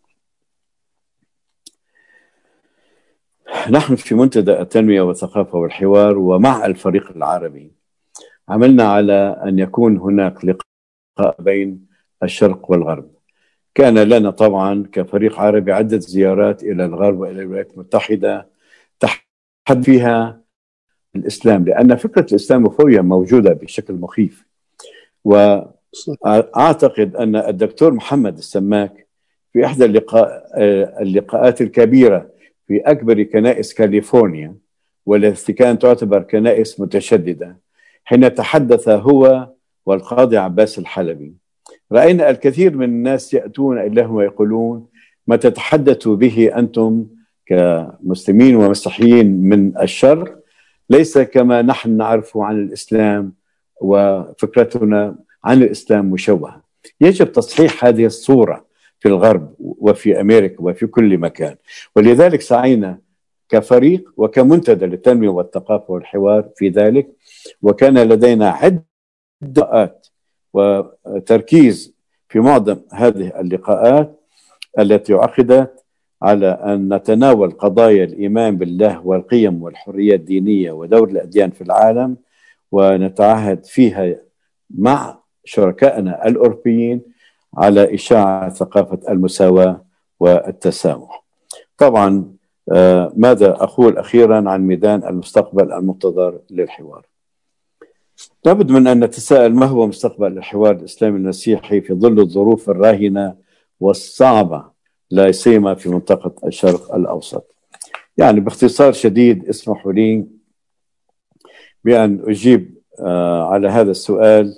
نحن في منتدى التنمية والثقافة والحوار ومع الفريق العربي عملنا على أن يكون هناك لقاء بين الشرق والغرب. كان لنا طبعا كفريق عربي عدة زيارات إلى الغرب وإلى الولايات المتحدة تحدث فيها الإسلام، لأن فكرة الإسلاموفوبيا موجودة بشكل مخيف. وأعتقد أن الدكتور محمد السماك في إحدى اللقاء اللقاءات الكبيرة في أكبر كنائس كاليفورنيا والتي كانت تعتبر كنائس متشددة، حين تحدث هو والقاضي عباس الحلبي، رأينا الكثير من الناس يأتون إليهم ويقولون ما تتحدثوا به أنتم كمسلمين ومسيحيين من الشرق ليس كما نحن نعرفه عن الإسلام وفكرتنا عن الإسلام مشوهة. يجب تصحيح هذه الصورة في الغرب وفي أمريكا وفي كل مكان، ولذلك سعينا كفريق وكمنتدى للتنمية والثقافة والحوار في ذلك، وكان لدينا عدة لقاءات وتركيز في معظم هذه اللقاءات التي عقدت على أن نتناول قضايا الإيمان بالله والقيم والحرية الدينية ودور الأديان في العالم، ونتعهد فيها مع شركائنا الأوروبيين على إشاعة ثقافة المساواة والتسامح. طبعا ماذا أقول أخيرا عن ميدان المستقبل المنتظر للحوار؟ لابد من أن نتساءل ما هو مستقبل الحوار الإسلامي المسيحي في ظل الظروف الراهنة والصعبة لا سيما في منطقة الشرق الأوسط. يعني باختصار شديد اسمحوا لي بأن أجيب على هذا السؤال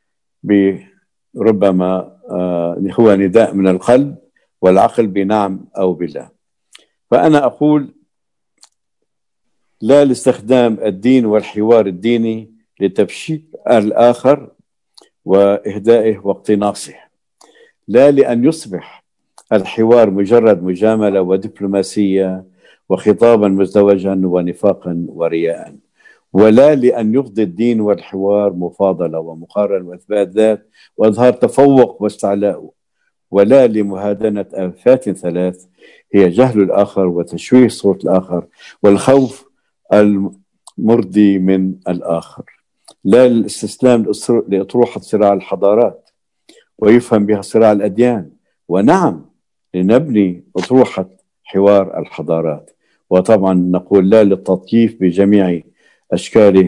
بربما هو نداء من القلب والعقل بنعم أو بلا. فأنا أقول لا لاستخدام الدين والحوار الديني لتبشير الآخر وإهدائه واقتناصه، لا لأن يصبح الحوار مجرد مجاملة ودبلوماسية وخطابا مزدوجا ونفاقا ورياء، ولا لأن يفضي الدين والحوار مفاضلة ومقارنة وإثبات ذات وإظهار تفوق واستعلاء، ولا لمهادنة آفات ثلاث هي جهل الآخر وتشويه صورة الآخر والخوف المرضي من الآخر، لا للاستسلام لأطروحة صراع الحضارات ويفهم بها صراع الأديان، ونعم لنبني أطروحة حوار الحضارات، وطبعا نقول لا للتطييف بجميع أشكاله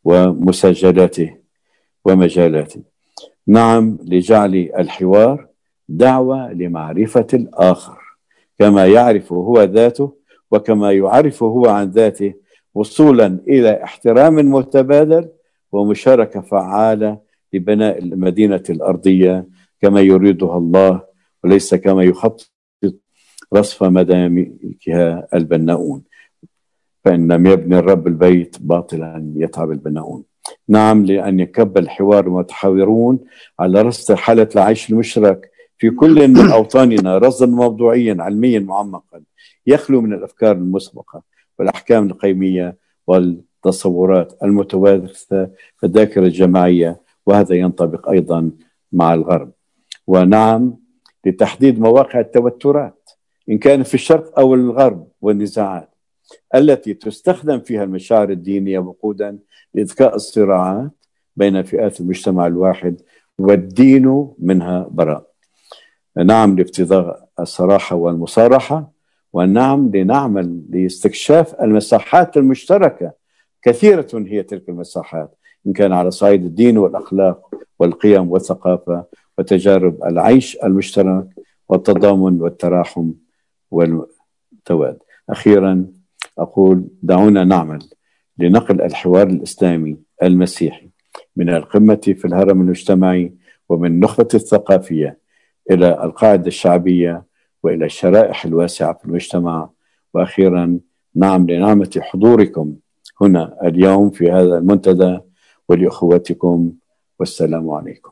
ومسجلاته ومجالاته. نعم لجعل الحوار دعوة لمعرفة الآخر كما يعرف هو ذاته وكما يعرف هو عن ذاته، وصولا إلى احترام متبادل ومشاركة فعالة لبناء المدينة الأرضية كما يريدها الله، وليس كما يخطط رصف مدامكها البناؤون، فإن لم يبني الرب البيت باطلا يتعب البناؤون. نعم لأن يكب الحوار المتحاورون على رصد حالة العيش المشترك في كل من أوطاننا رصدا موضوعيا علميا معمقا يخلو من الأفكار المسبقة والأحكام القيمية والتصورات المتوارثة في الذاكرة الجماعية، وهذا ينطبق أيضا مع الغرب. ونعم لتحديد مواقع التوترات إن كان في الشرق أو الغرب والنزاعات التي تستخدم فيها المشاعر الدينية وقودا لإذكاء الصراعات بين فئات المجتمع الواحد والدين منها براء. نعم لافتضاء الصراحة والمصارحة، ونعم لنعمل لاستكشاف المساحات المشتركة، كثيرة هي تلك المساحات إن كان على صعيد الدين والأخلاق والقيم والثقافة وتجارب العيش المشترك والتضامن والتراحم والتواد. أخيرا أقول دعونا نعمل لنقل الحوار الإسلامي المسيحي من القمة في الهرم المجتمعي ومن النخبة الثقافية إلى القاعدة الشعبية وإلى الشرائح الواسعة في المجتمع. وأخيرا نعم لنعمة حضوركم هنا اليوم في هذا المنتدى ولأخوتكم، والسلام عليكم.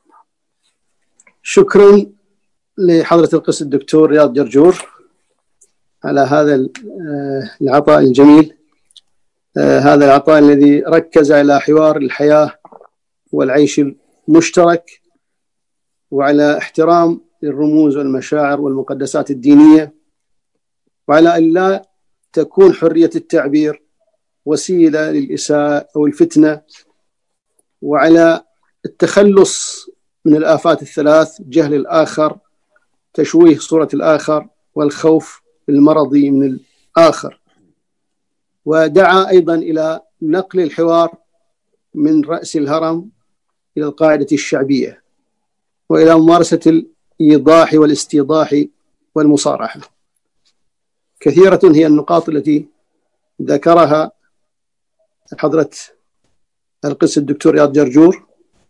شكرا لحضرة القس الدكتور رياض جرجور على هذا العطاء الجميل، هذا العطاء الذي ركز على حوار الحياة والعيش المشترك وعلى احترام الرموز والمشاعر والمقدسات الدينية، وعلى أن لا تكون حرية التعبير وسيلة للإساءة أو الفتنة، وعلى التخلص من الآفات الثلاث: جهل الآخر، تشويه صورة الآخر، والخوف المرضي من الآخر. ودعا أيضا إلى نقل الحوار من رأس الهرم إلى القاعدة الشعبية وإلى ممارسة الإيضاح والاستيضاح والمصارحة. كثيرة هي النقاط التي ذكرها حضرة القس الدكتور رياض جرجور،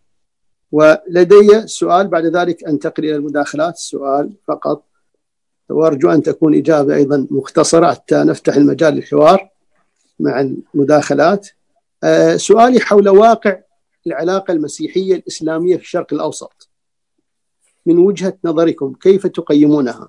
ولدي سؤال بعد ذلك أنتقل إلى المداخلات. سؤال فقط، وأرجو أن تكون إجابة أيضا مختصرة حتى نفتح المجال للحوار مع المداخلات. أه سؤالي حول واقع العلاقة المسيحية الإسلامية في الشرق الأوسط من وجهة نظركم، كيف تقيمونها؟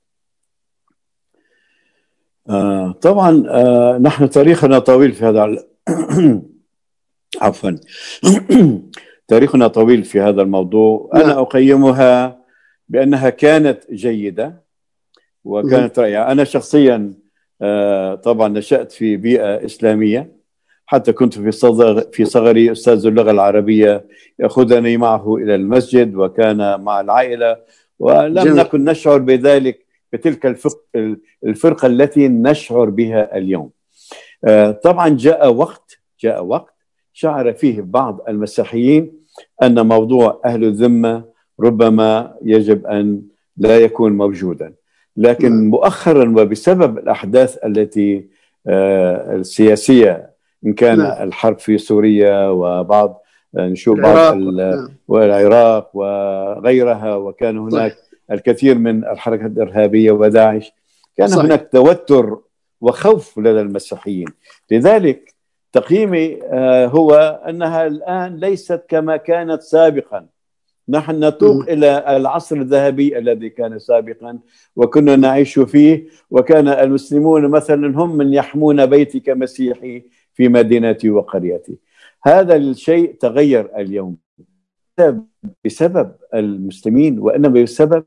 آه طبعا آه نحن تاريخنا طويل في هذا عفوا تاريخنا طويل في هذا الموضوع. نعم. أنا أقيمها بأنها كانت جيدة وكانت رائعة. أنا شخصيا آه طبعا نشأت في بيئة إسلامية، حتى كنت في صغر في صغري أستاذ اللغة العربية يأخذني معه إلى المسجد وكان مع العائلة، ولم جميل. نكن نشعر بذلك بتلك الفرقة التي نشعر بها اليوم. آه طبعا جاء وقت جاء وقت شعر فيه بعض المسيحيين أن موضوع أهل الذمة ربما يجب أن لا يكون موجودا، لكن مؤخرا وبسبب الأحداث التي آه السياسية، إن كان نعم. الحرب في سوريا وبعض نشوف بعض والعراق وغيرها، وكان هناك صحيح. الكثير من الحركات الإرهابية وداعش، كان صحيح. هناك توتر وخوف لدى المسيحيين. لذلك تقييمي هو أنها الآن ليست كما كانت سابقا. نحن نتوق م. إلى العصر الذهبي الذي كان سابقا وكنا نعيش فيه، وكان المسلمون مثلا هم من يحمون بيتي كمسيحي في مدينتي وقريتي. هذا الشيء تغير اليوم بسبب المسلمين، وإنما بسبب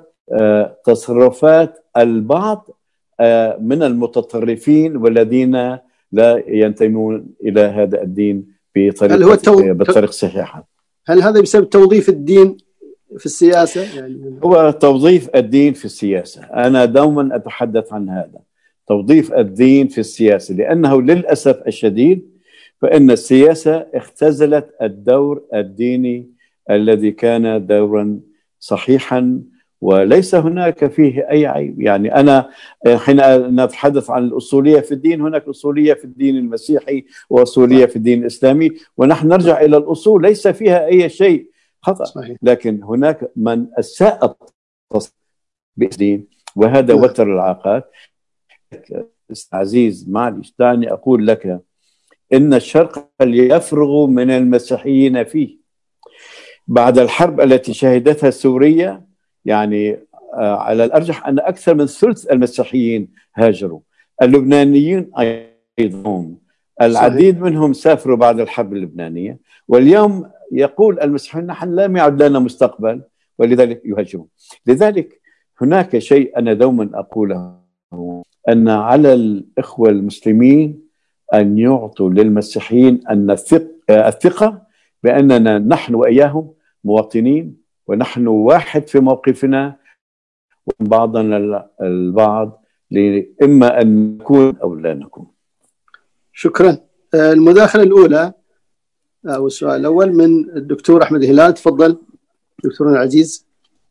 تصرفات البعض من المتطرفين والذين لا ينتمون إلى هذا الدين بطريقة تو... بطريقة صحيحة. هل هذا بسبب توظيف الدين في السياسة؟ يعني هو توظيف الدين في السياسة. أنا دوما أتحدث عن هذا، توظيف الدين في السياسة، لأنه للأسف الشديد فإن السياسة اختزلت الدور الديني الذي كان دورا صحيحا وليس هناك فيه أي عيب. يعني أنا حين نتحدث عن الأصولية في الدين، هناك أصولية في الدين المسيحي وأصولية في الدين الإسلامي، ونحن نرجع إلى الأصول ليس فيها أي شيء خطأ. صحيح. لكن هناك من أساء بالدين وهذا لا. وتر العلاقات. عزيز معلش دعني أقول لك إن الشرق يفرغ من المسيحيين فيه بعد الحرب التي شهدتها سوريا. يعني على الأرجح أن أكثر من ثلث المسيحيين هاجروا، اللبنانيين أيضا العديد صحيح. منهم سافروا بعد الحرب اللبنانية، واليوم يقول المسيحيون نحن لم يعد لنا مستقبل ولذلك يهاجرون. لذلك هناك شيء أنا دوما أقوله، أن على الإخوة المسلمين أن يعطوا للمسيحيين أن الثقة بأننا نحن وإياهم مواطنين، ونحن واحد في موقفنا وبعضنا البعض، إما أن نكون أو لا نكون. شكرا. المداخلة الأولى أو السؤال الأول من الدكتور أحمد هلال، تفضل دكتورنا العزيز.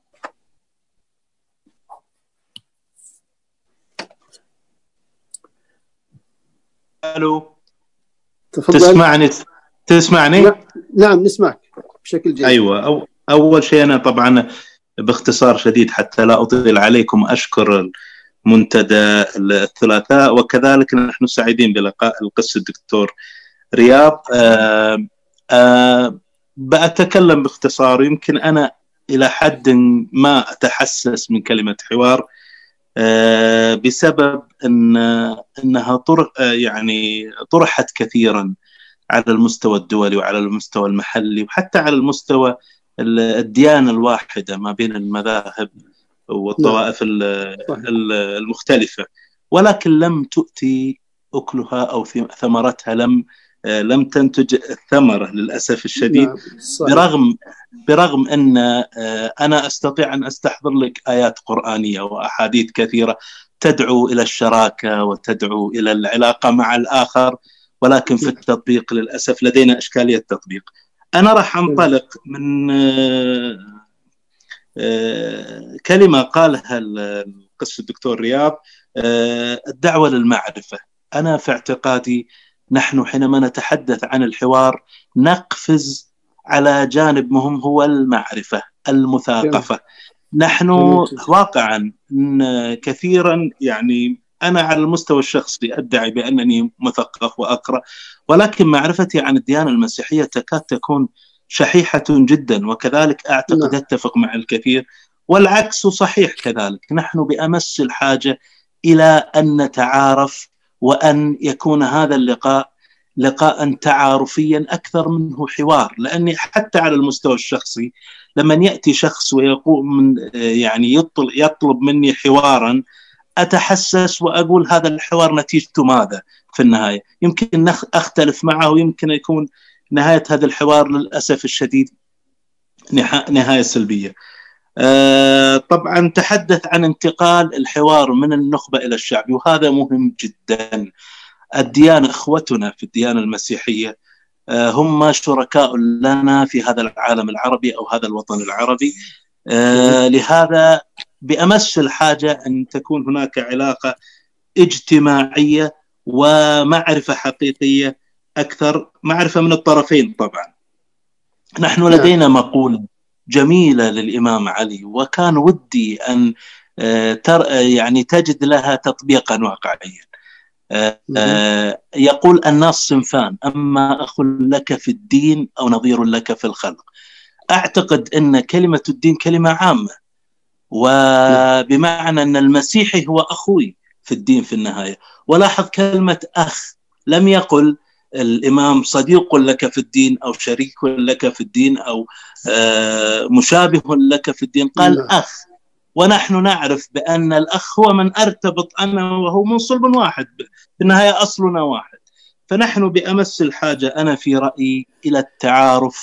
الو تفضل. تسمعني تسمعني نعم نسمعك بشكل جيد. ايوه أو اول شيء انا طبعا باختصار شديد حتى لا اطيل عليكم اشكر منتدى الثلاثاء، وكذلك نحن سعيدين بلقاء القس الدكتور رياض. أه أه بأتكلم باختصار. يمكن انا الى حد ما اتحسس من كلمة حوار أه بسبب ان انها طرق يعني طرحت كثيرا على المستوى الدولي وعلى المستوى المحلي وحتى على المستوى الديانة الواحدة ما بين المذاهب والطوائف المختلفة، ولكن لم تؤتي أكلها أو ثمرتها، لم لم تنتج الثمرة للأسف الشديد. برغم برغم أن أنا أستطيع أن أستحضر لك آيات قرآنية وأحاديث كثيرة تدعو إلى الشراكة وتدعو إلى العلاقة مع الآخر، ولكن في التطبيق للأسف لدينا إشكالية تطبيق. أنا راح أنطلق من كلمة قالها القس الدكتور رياض، الدعوة للمعرفة. أنا في اعتقادي نحن حينما نتحدث عن الحوار نقفز على جانب مهم هو المعرفة المثاقفة. نحن واقعا كثيرا يعني أنا على المستوى الشخصي أدعي بأنني مثقف وأقرأ، ولكن معرفتي عن الديانة المسيحية تكاد تكون شحيحة جدا، وكذلك أعتقد أتفق مع الكثير والعكس صحيح كذلك. نحن بأمس الحاجة إلى أن نتعارف، وأن يكون هذا اللقاء لقاء تعارفيا أكثر منه حوار. لأني حتى على المستوى الشخصي لما يأتي شخص ويقول من يعني يطلب مني حوارا، أتحسس وأقول هذا الحوار نتيجته ماذا في النهاية؟ يمكن أختلف معه، ويمكن يكون نهاية هذا الحوار للأسف الشديد نهاية سلبية. أه طبعا تحدث عن انتقال الحوار من النخبة إلى الشعب، وهذا مهم جدا. الديانة إخوتنا في الديانة المسيحية أه هم شركاء لنا في هذا العالم العربي أو هذا الوطن العربي. أه لهذا بأمس الحاجة أن تكون هناك علاقة اجتماعية ومعرفة حقيقية أكثر، معرفة من الطرفين. طبعا نحن لدينا مقولة جميلة للإمام علي، وكان ودي أن يعني تجد لها تطبيقا واقعيا. يقول: الناس صنفان، أما أخ لك في الدين أو نظير لك في الخلق. أعتقد أن كلمة الدين كلمة عامة، وبمعنى أن المسيحي هو أخوي في الدين في النهاية. ولاحظ كلمة أخ، لم يقل الإمام صديق لك في الدين أو شريك لك في الدين أو مشابه لك في الدين، قال أخ. ونحن نعرف بأن الأخ هو من أرتبط أنا وهو من صلب واحد، في النهاية أصلنا واحد. فنحن بأمس الحاجة أنا في رأيي إلى التعارف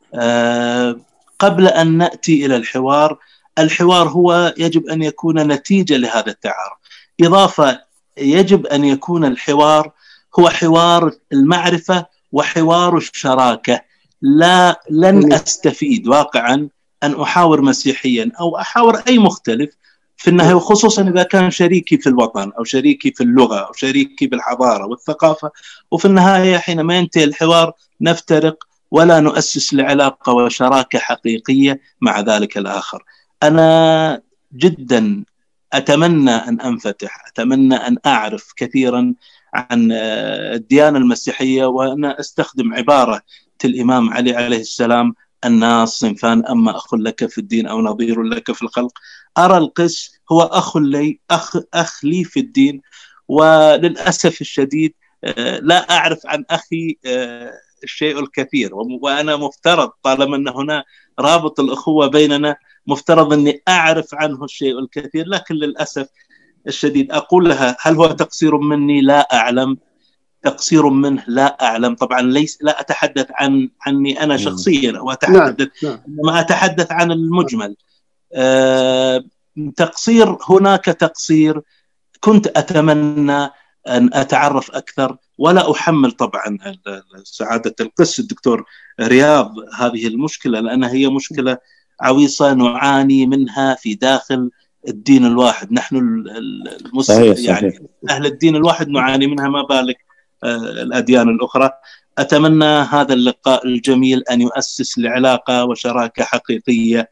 قبل أن نأتي إلى الحوار. الحوار هو يجب أن يكون نتيجة لهذا التعارف. إضافة، يجب أن يكون الحوار هو حوار المعرفة وحوار الشراكة. لا لن أستفيد واقعا أن أحاور مسيحيا أو أحاور أي مختلف في النهاية، وخصوصا إذا كان شريكي في الوطن أو شريكي في اللغة أو شريكي بالحضارة والثقافة، وفي النهاية حينما ينتهي الحوار نفترق ولا نؤسس لعلاقة وشراكة حقيقية مع ذلك الآخر. أنا جدا أتمنى أن أنفتح، أتمنى أن أعرف كثيرا عن الديانة المسيحية، وأنا أستخدم عبارة الإمام علي عليه السلام: الناس صنفان، أما أخ لك في الدين أو نظير لك في الخلق. أرى القس هو أخ لي أخ, أخ لي في الدين، وللأسف الشديد لا أعرف عن أخي الشيء الكثير، وأنا مفترض طالما أن هنا رابط الأخوة بيننا مفترض أني أعرف عنه الشيء الكثير، لكن للأسف الشديد أقول لها: هل هو تقصير مني؟ لا أعلم. تقصير منه؟ لا أعلم. طبعا ليس لا أتحدث عن عني أنا شخصيا، وأتحدث ما أتحدث عن المجمل. أه تقصير، هناك تقصير. كنت أتمنى أن أتعرف أكثر، ولا أحمل طبعا سعادة القس الدكتور رياض هذه المشكلة، لأنها هي مشكلة عويصة نعاني منها في داخل الدين الواحد. نحن المسلم يعني أهل الدين الواحد نعاني منها، ما بالك الأديان الأخرى. أتمنى هذا اللقاء الجميل أن يؤسس لعلاقة وشراكة حقيقية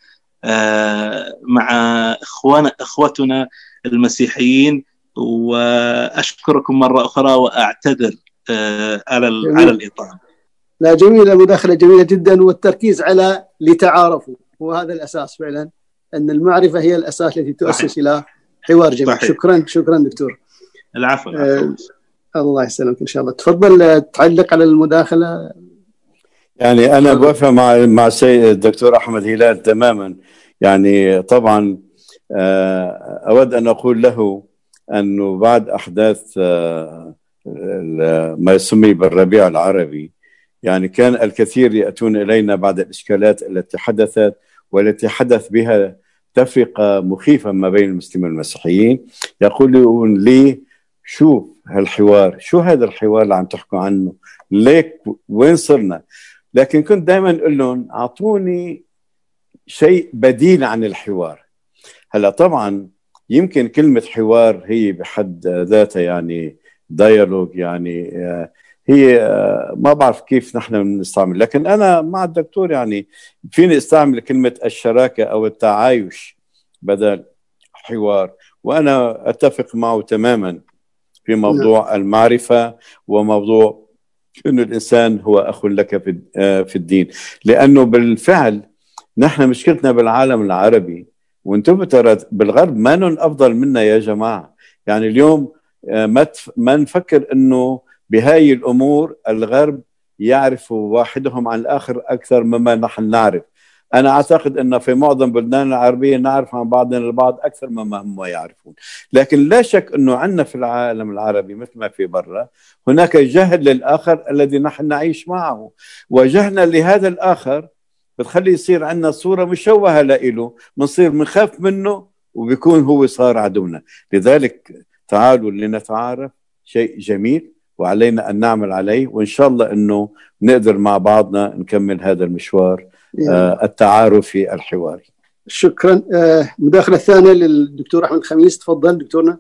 مع إخوانا إخوتنا المسيحيين. وأشكركم مرة أخرى وأعتذر على على الإطالة. لا، جميلة، مداخلة جميلة جدا، والتركيز على لتعارفوا، وهذا الأساس فعلا، أن المعرفة هي الأساس التي تؤسس صحيح. إلى حوار جميل. صحيح. شكرا شكرا دكتور. العفو. آه الله يسلمك إن شاء الله. تفضل تعلق على المداخلة. يعني أنا بوافق مع مع السيد الدكتور أحمد هلال تماما. يعني طبعا أود أن أقول له أنه بعد أحداث ما يسمى بالربيع العربي، يعني كان الكثير يأتون إلينا بعد الإشكالات التي حدثت والتي حدث بها تفرقة مخيفة ما بين المسلمين والمسيحيين، يقولون لي: شوف هالحوار، شو هذا الحوار اللي عم تحكوا عنه، ليك وين صرنا؟ لكن كنت دائما أقول لهم: أعطوني شيء بديل عن الحوار. هلا طبعا يمكن كلمة حوار هي بحد ذاتها يعني ديالوج، يعني هي ما بعرف كيف نحن بنستعمل، لكن أنا مع الدكتور يعني فيني استعمل كلمة الشراكة أو التعايش بدل حوار، وأنا أتفق معه تماما. في موضوع المعرفة وموضوع أن الإنسان هو أخ لك في في الدين. لأنه بالفعل نحن مشكلتنا بالعالم العربي، وانتم ترى بالغرب ما نن أفضل منا يا جماعة. يعني اليوم ما ما نفكر أنه بهاي الأمور الغرب يعرف واحدهم عن الآخر أكثر مما نحن نعرف. أنا أعتقد أن في معظم بلدان العربية نعرف عن بعضنا البعض أكثر مما هم يعرفون. لكن لا شك أنه عندنا في العالم العربي مثل ما في برا هناك جهل للآخر الذي نحن نعيش معه، وجهلنا لهذا الآخر بتخلي يصير عندنا صورة مشوهة له، بنصير بنخاف منه وبيكون هو صار عدونا. لذلك تعالوا لنتعارف، شيء جميل وعلينا أن نعمل عليه، وإن شاء الله أنه نقدر مع بعضنا نكمل هذا المشوار آه التعارفي الحواري. شكرا. آه مداخلة ثانية للدكتور أحمد خميس، تفضل دكتورنا.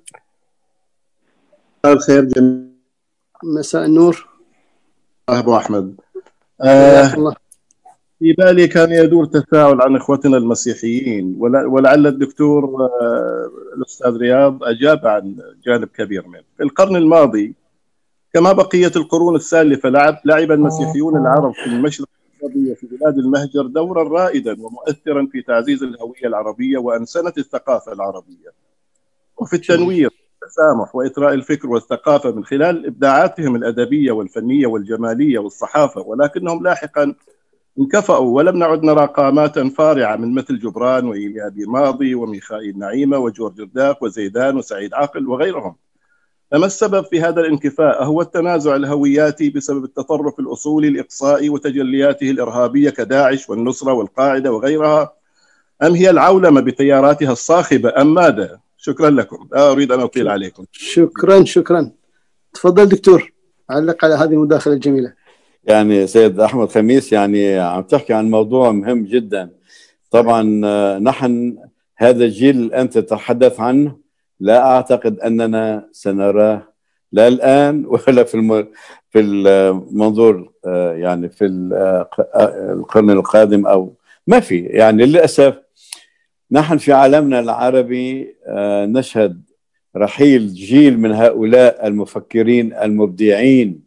مساء الخير جميعا. مساء النور أبو أحمد. آه الله. في بالي كان يدور تساؤل عن إخوتنا المسيحيين، ولعل الدكتور آه الأستاذ رياض أجاب عن جانب كبير منه. في القرن الماضي كما بقية القرون السالفة لعب, لعب المسيحيون العرب في المشرق الغربي وفي بلاد المهجر دورا رائدا ومؤثرا في تعزيز الهوية العربية وأنسنة الثقافة العربية، وفي التنوير والتسامح وإثراء الفكر والثقافة من خلال إبداعاتهم الأدبية والفنية والجمالية والصحافة. ولكنهم لاحقا انكفأوا ولم نعد نرى قامات فارعة من مثل جبران وإيليا أبي ماضي وميخائيل نعيمة وجورج الداق وزيدان وسعيد عاقل وغيرهم. فما السبب في هذا الانكفاء؟ هو التنازع الهوياتي بسبب التطرف الأصولي الإقصائي وتجلياته الإرهابية كداعش والنصرة والقاعدة وغيرها، أم هي العولمة بتياراتها الصاخبة، أم ماذا؟ شكرا لكم، لا أريد أن أطيل عليكم. شكرا شكرا. تفضل دكتور، علق على هذه المداخلة الجميلة. يعني سيد أحمد خميس يعني عم تحكي عن موضوع مهم جدا. طبعا نحن هذا الجيل اللي أنت تتحدث عنه لا أعتقد أننا سنراه لا الآن ولا في في المنظور يعني في القرن القادم، أو ما في. يعني للأسف نحن في عالمنا العربي نشهد رحيل جيل من هؤلاء المفكرين المبدعين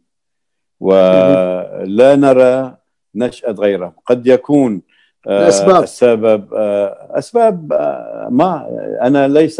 ولا نرى نشأة غيرهم. قد يكون الأسباب. السبب أسباب ما أنا ليس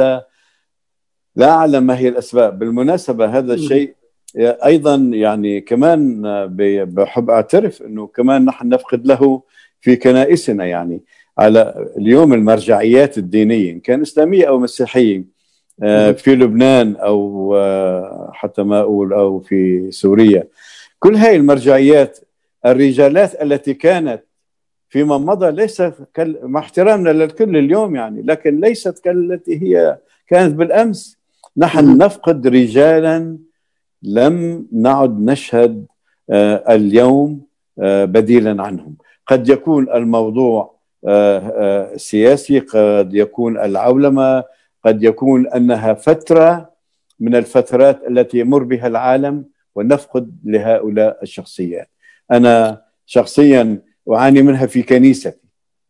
لا أعلم ما هي الأسباب. بالمناسبة هذا الشيء أيضا يعني كمان بحب أعترف أنه كمان نحن نفقد له في كنائسنا. يعني على اليوم المرجعيات الدينية إن كان إسلامية أو مسيحية في لبنان أو حتى ما أقول أو في سوريا، كل هاي المرجعيات الرجالات التي كانت فيما مضى ليست مع احترامنا للكل اليوم يعني، لكن ليست كالتي هي كانت بالأمس. نحن نفقد رجالا لم نعد نشهد آه اليوم آه بديلا عنهم. قد يكون الموضوع آه آه سياسي، قد يكون العولمة، قد يكون أنها فترة من الفترات التي يمر بها العالم ونفقد لهؤلاء الشخصيات. أنا شخصيا أعاني منها في كنيستي،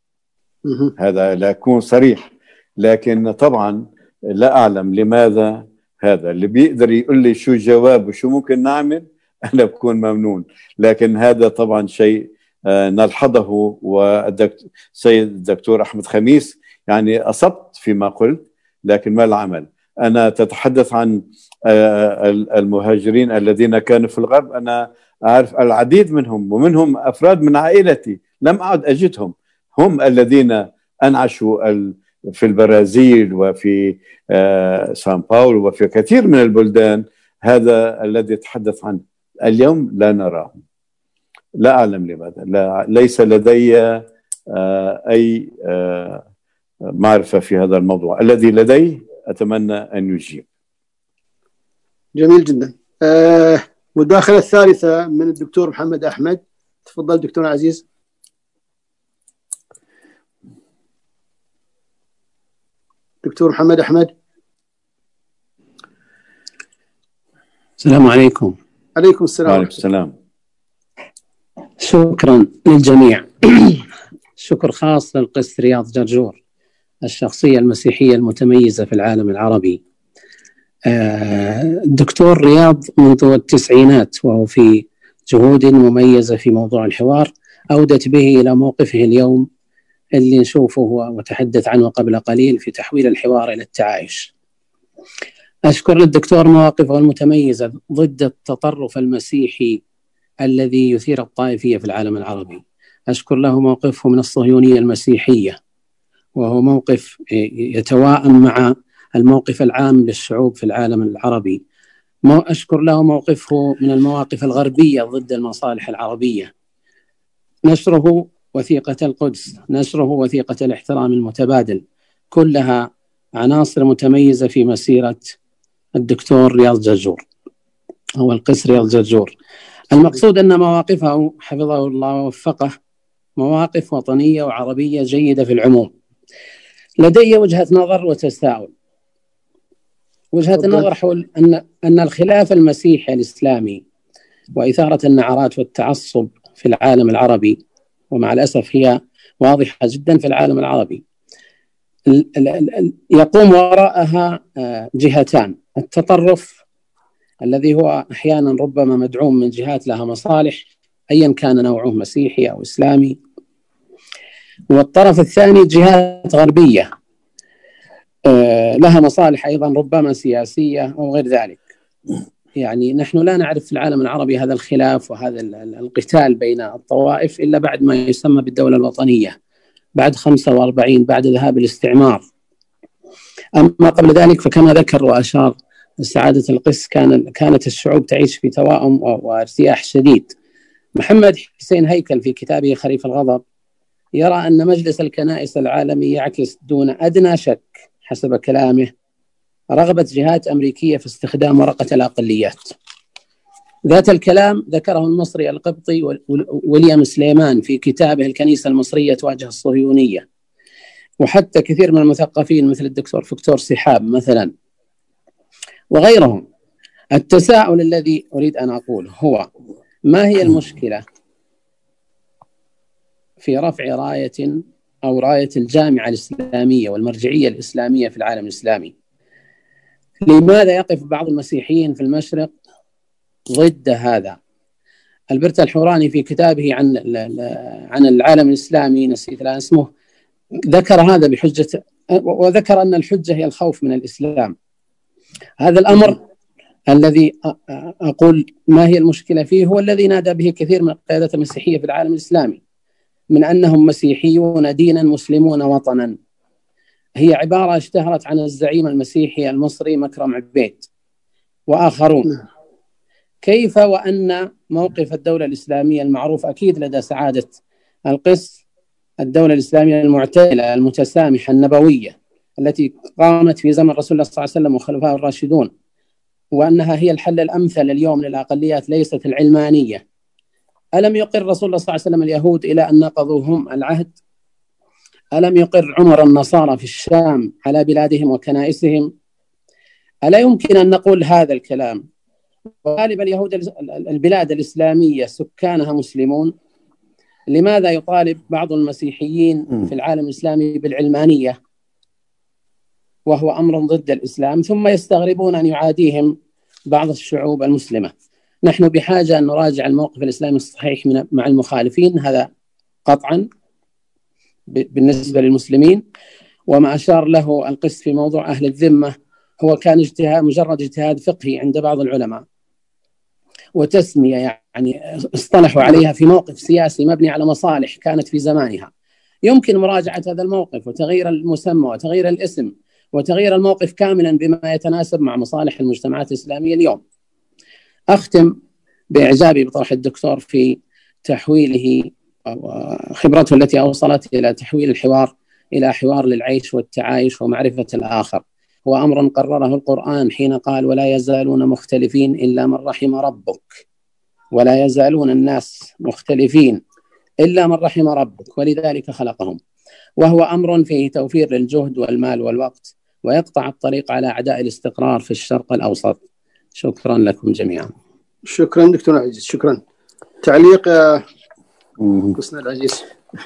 هذا لا أكون صريح، لكن طبعا لا أعلم لماذا. هذا اللي بيقدر يقول لي شو الجواب وشو ممكن نعمل أنا بكون ممنون، لكن هذا طبعا شيء نلحظه. والسيد الدكتور أحمد خميس يعني أصبت فيما قلت، لكن ما العمل؟ أنا تتحدث عن المهاجرين الذين كانوا في الغرب، أنا أعرف العديد منهم ومنهم أفراد من عائلتي لم أعد أجدهم، هم الذين أنعشوا في البرازيل وفي سان باولو وفي كثير من البلدان. هذا الذي تحدث عنه اليوم لا نراهم، لا أعلم لماذا. لا ليس لدي أي معرفة في هذا الموضوع. الذي لدي أتمنى أن يجيب. جميل جدا. آه مداخلة الثالثة من الدكتور محمد أحمد، تفضل دكتور عزيز. دكتور محمد أحمد. السلام عليكم. عليكم السلام. وعليكم السلام. شكرا للجميع. شكر خاص للقس رياض جرجور، الشخصية المسيحية المتميزة في العالم العربي. الدكتور رياض منذ التسعينات وهو في جهود مميزة في موضوع الحوار أودت به إلى موقفه اليوم اللي نشوفه وتحدث عنه قبل قليل في تحويل الحوار إلى التعايش. أشكر للدكتور مواقفه المتميزة ضد التطرف المسيحي الذي يثير الطائفية في العالم العربي. أشكر له موقفه من الصهيونية المسيحية، وهو موقف يتواءم مع الموقف العام للشعوب في العالم العربي. أشكر له موقفه من المواقف الغربية ضد المصالح العربية. نشره وثيقة القدس، نشره وثيقة الاحترام المتبادل، كلها عناصر متميزة في مسيرة الدكتور رياض جرجور أو القس رياض جرجور. المقصود أن مواقفه حفظه الله ووفقه مواقف وطنية وعربية جيدة في العموم. لدي وجهة نظر وتساؤل. وجهة النظر حول أن أن الخلاف المسيحي الإسلامي وإثارة النعرات والتعصب في العالم العربي، ومع الأسف هي واضحة جدا في العالم العربي، يقوم وراءها جهتان: التطرف الذي هو أحيانا ربما مدعوم من جهات لها مصالح أيا كان نوعه مسيحي أو إسلامي، والطرف الثاني جهات غربية لها مصالح أيضا ربما سياسية أو غير ذلك. يعني نحن لا نعرف في العالم العربي هذا الخلاف وهذا القتال بين الطوائف إلا بعد ما يسمى بالدولة الوطنية، بعد خمسة وأربعين، بعد ذهاب الاستعمار. أما قبل ذلك فكما ذكر وأشار سعادة القس كان كانت الشعوب تعيش في توائم وارتياح شديد. محمد حسين هيكل في كتابه خريف الغضب يرى أن مجلس الكنائس العالمي يعكس دون أدنى شك حسب كلامه رغبة جهات أمريكية في استخدام ورقة الأقليات. ذات الكلام ذكره المصري القبطي ويليام سليمان في كتابه الكنيسة المصرية تواجه الصهيونية، وحتى كثير من المثقفين مثل الدكتور فيكتور سحاب مثلا وغيرهم. التساؤل الذي أريد أن أقول هو: ما هي المشكلة في رفع راية أو راية الجامعة الإسلامية والمرجعية الإسلامية في العالم الإسلامي؟ لماذا يقف بعض المسيحيين في المشرق ضد هذا؟ البرت الحوراني في كتابه عن عن العالم الإسلامي، نسيت الآن اسمه، ذكر هذا بحجة، وذكر أن الحجة هي الخوف من الإسلام. هذا الأمر الذي أقول ما هي المشكلة فيه هو الذي نادى به كثير من القيادات المسيحية في العالم الإسلامي من أنهم مسيحيون دينا مسلمون وطنا. هي عبارة اشتهرت عن الزعيم المسيحي المصري مكرم عبيد وآخرون. كيف وأن موقف الدولة الإسلامية المعروف أكيد لدى سعادة القس الدولة الإسلامية المعتدلة المتسامحة النبوية التي قامت في زمن رسول الله صلى الله عليه وسلم وخلفائه الراشدون، وأنها هي الحل الأمثل اليوم للأقليات ليست العلمانية. ألم يقر رسول الله صلى الله عليه وسلم اليهود إلى أن نقضوا هم العهد؟ ألم يقر عمر النصارى في الشام على بلادهم وكنائسهم؟ ألا يمكن أن نقول هذا الكلام؟ غالب اليهود البلاد الإسلامية سكانها مسلمون. لماذا يطالب بعض المسيحيين في العالم الإسلامي بالعلمانية وهو أمر ضد الإسلام، ثم يستغربون أن يعاديهم بعض الشعوب المسلمة؟ نحن بحاجة أن نراجع الموقف الإسلامي الصحيح من مع المخالفين، هذا قطعا بالنسبة للمسلمين. وما أشار له القس في موضوع أهل الذمة هو كان اجتهاد، مجرد اجتهاد فقهي عند بعض العلماء وتسمية يعني اصطلحوا عليها في موقف سياسي مبني على مصالح كانت في زمانها. يمكن مراجعة هذا الموقف وتغيير المسمى وتغيير الاسم وتغيير الموقف كاملا بما يتناسب مع مصالح المجتمعات الإسلامية اليوم. أختم بإعجابي بطرح الدكتور في تحويله وخبرته التي أوصلت إلى تحويل الحوار إلى حوار للعيش والتعايش ومعرفة الآخر. هو أمر قرره القرآن حين قال: ولا يزالون مختلفين إلا من رحم ربك. ولا يزالون الناس مختلفين إلا من رحم ربك ولذلك خلقهم. وهو أمر فيه توفير للجهد والمال والوقت ويقطع الطريق على أعداء الاستقرار في الشرق الأوسط. شكرا لكم جميعا. شكرا دكتور عزيز. شكرا. تعليق يا قسنا العزيز؟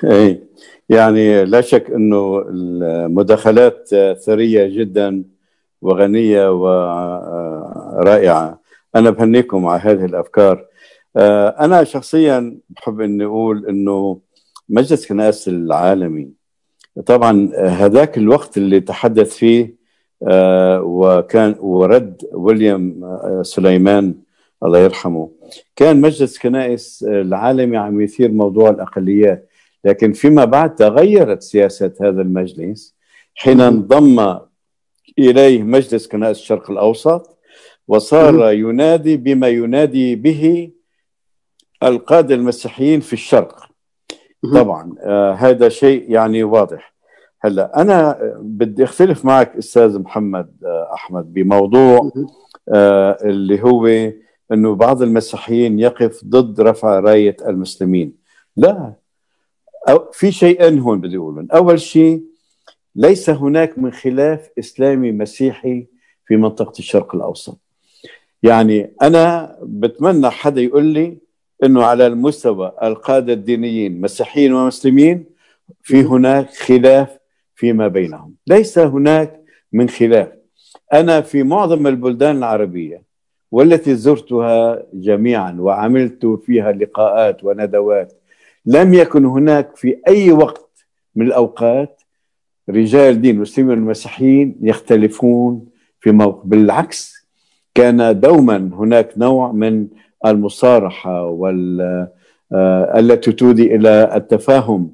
يعني لا شك أنه المداخلات ثرية جدا وغنية ورائعة. أنا بهنيكم على هذه الأفكار. أنا شخصيا بحب أن أقول أنه مجلس كنائس العالمي طبعا هذاك الوقت اللي تحدث فيه وكان ورد ويليام سليمان الله يرحمه، كان مجلس كنائس العالمي عم يثير موضوع الأقليات، لكن فيما بعد تغيرت سياسة هذا المجلس حين انضم إليه مجلس كنائس الشرق الأوسط وصار ينادي بما ينادي به القادة المسيحيين في الشرق. طبعا آه هذا شيء يعني واضح. هلا أنا بدي أختلف معك أستاذ محمد آه أحمد بموضوع آه اللي هو أنه بعض المسيحيين يقف ضد رفع راية المسلمين. لا، أو في شيئين هون بدي أقولهم. أول شيء، ليس هناك من خلاف إسلامي مسيحي في منطقة الشرق الأوسط. يعني أنا بتمنى حدا يقول لي أنه على المستوى القادة الدينيين مسيحيين ومسلمين في هناك خلاف فيما بينهم. ليس هناك من خلاف. أنا في معظم البلدان العربية والتي زرتها جميعا وعملت فيها لقاءات وندوات، لم يكن هناك في أي وقت من الأوقات رجال دين مسلمين والمسيحيين يختلفون في موقف. بالعكس، كان دوما هناك نوع من المصارحة وال التي تودي إلى التفاهم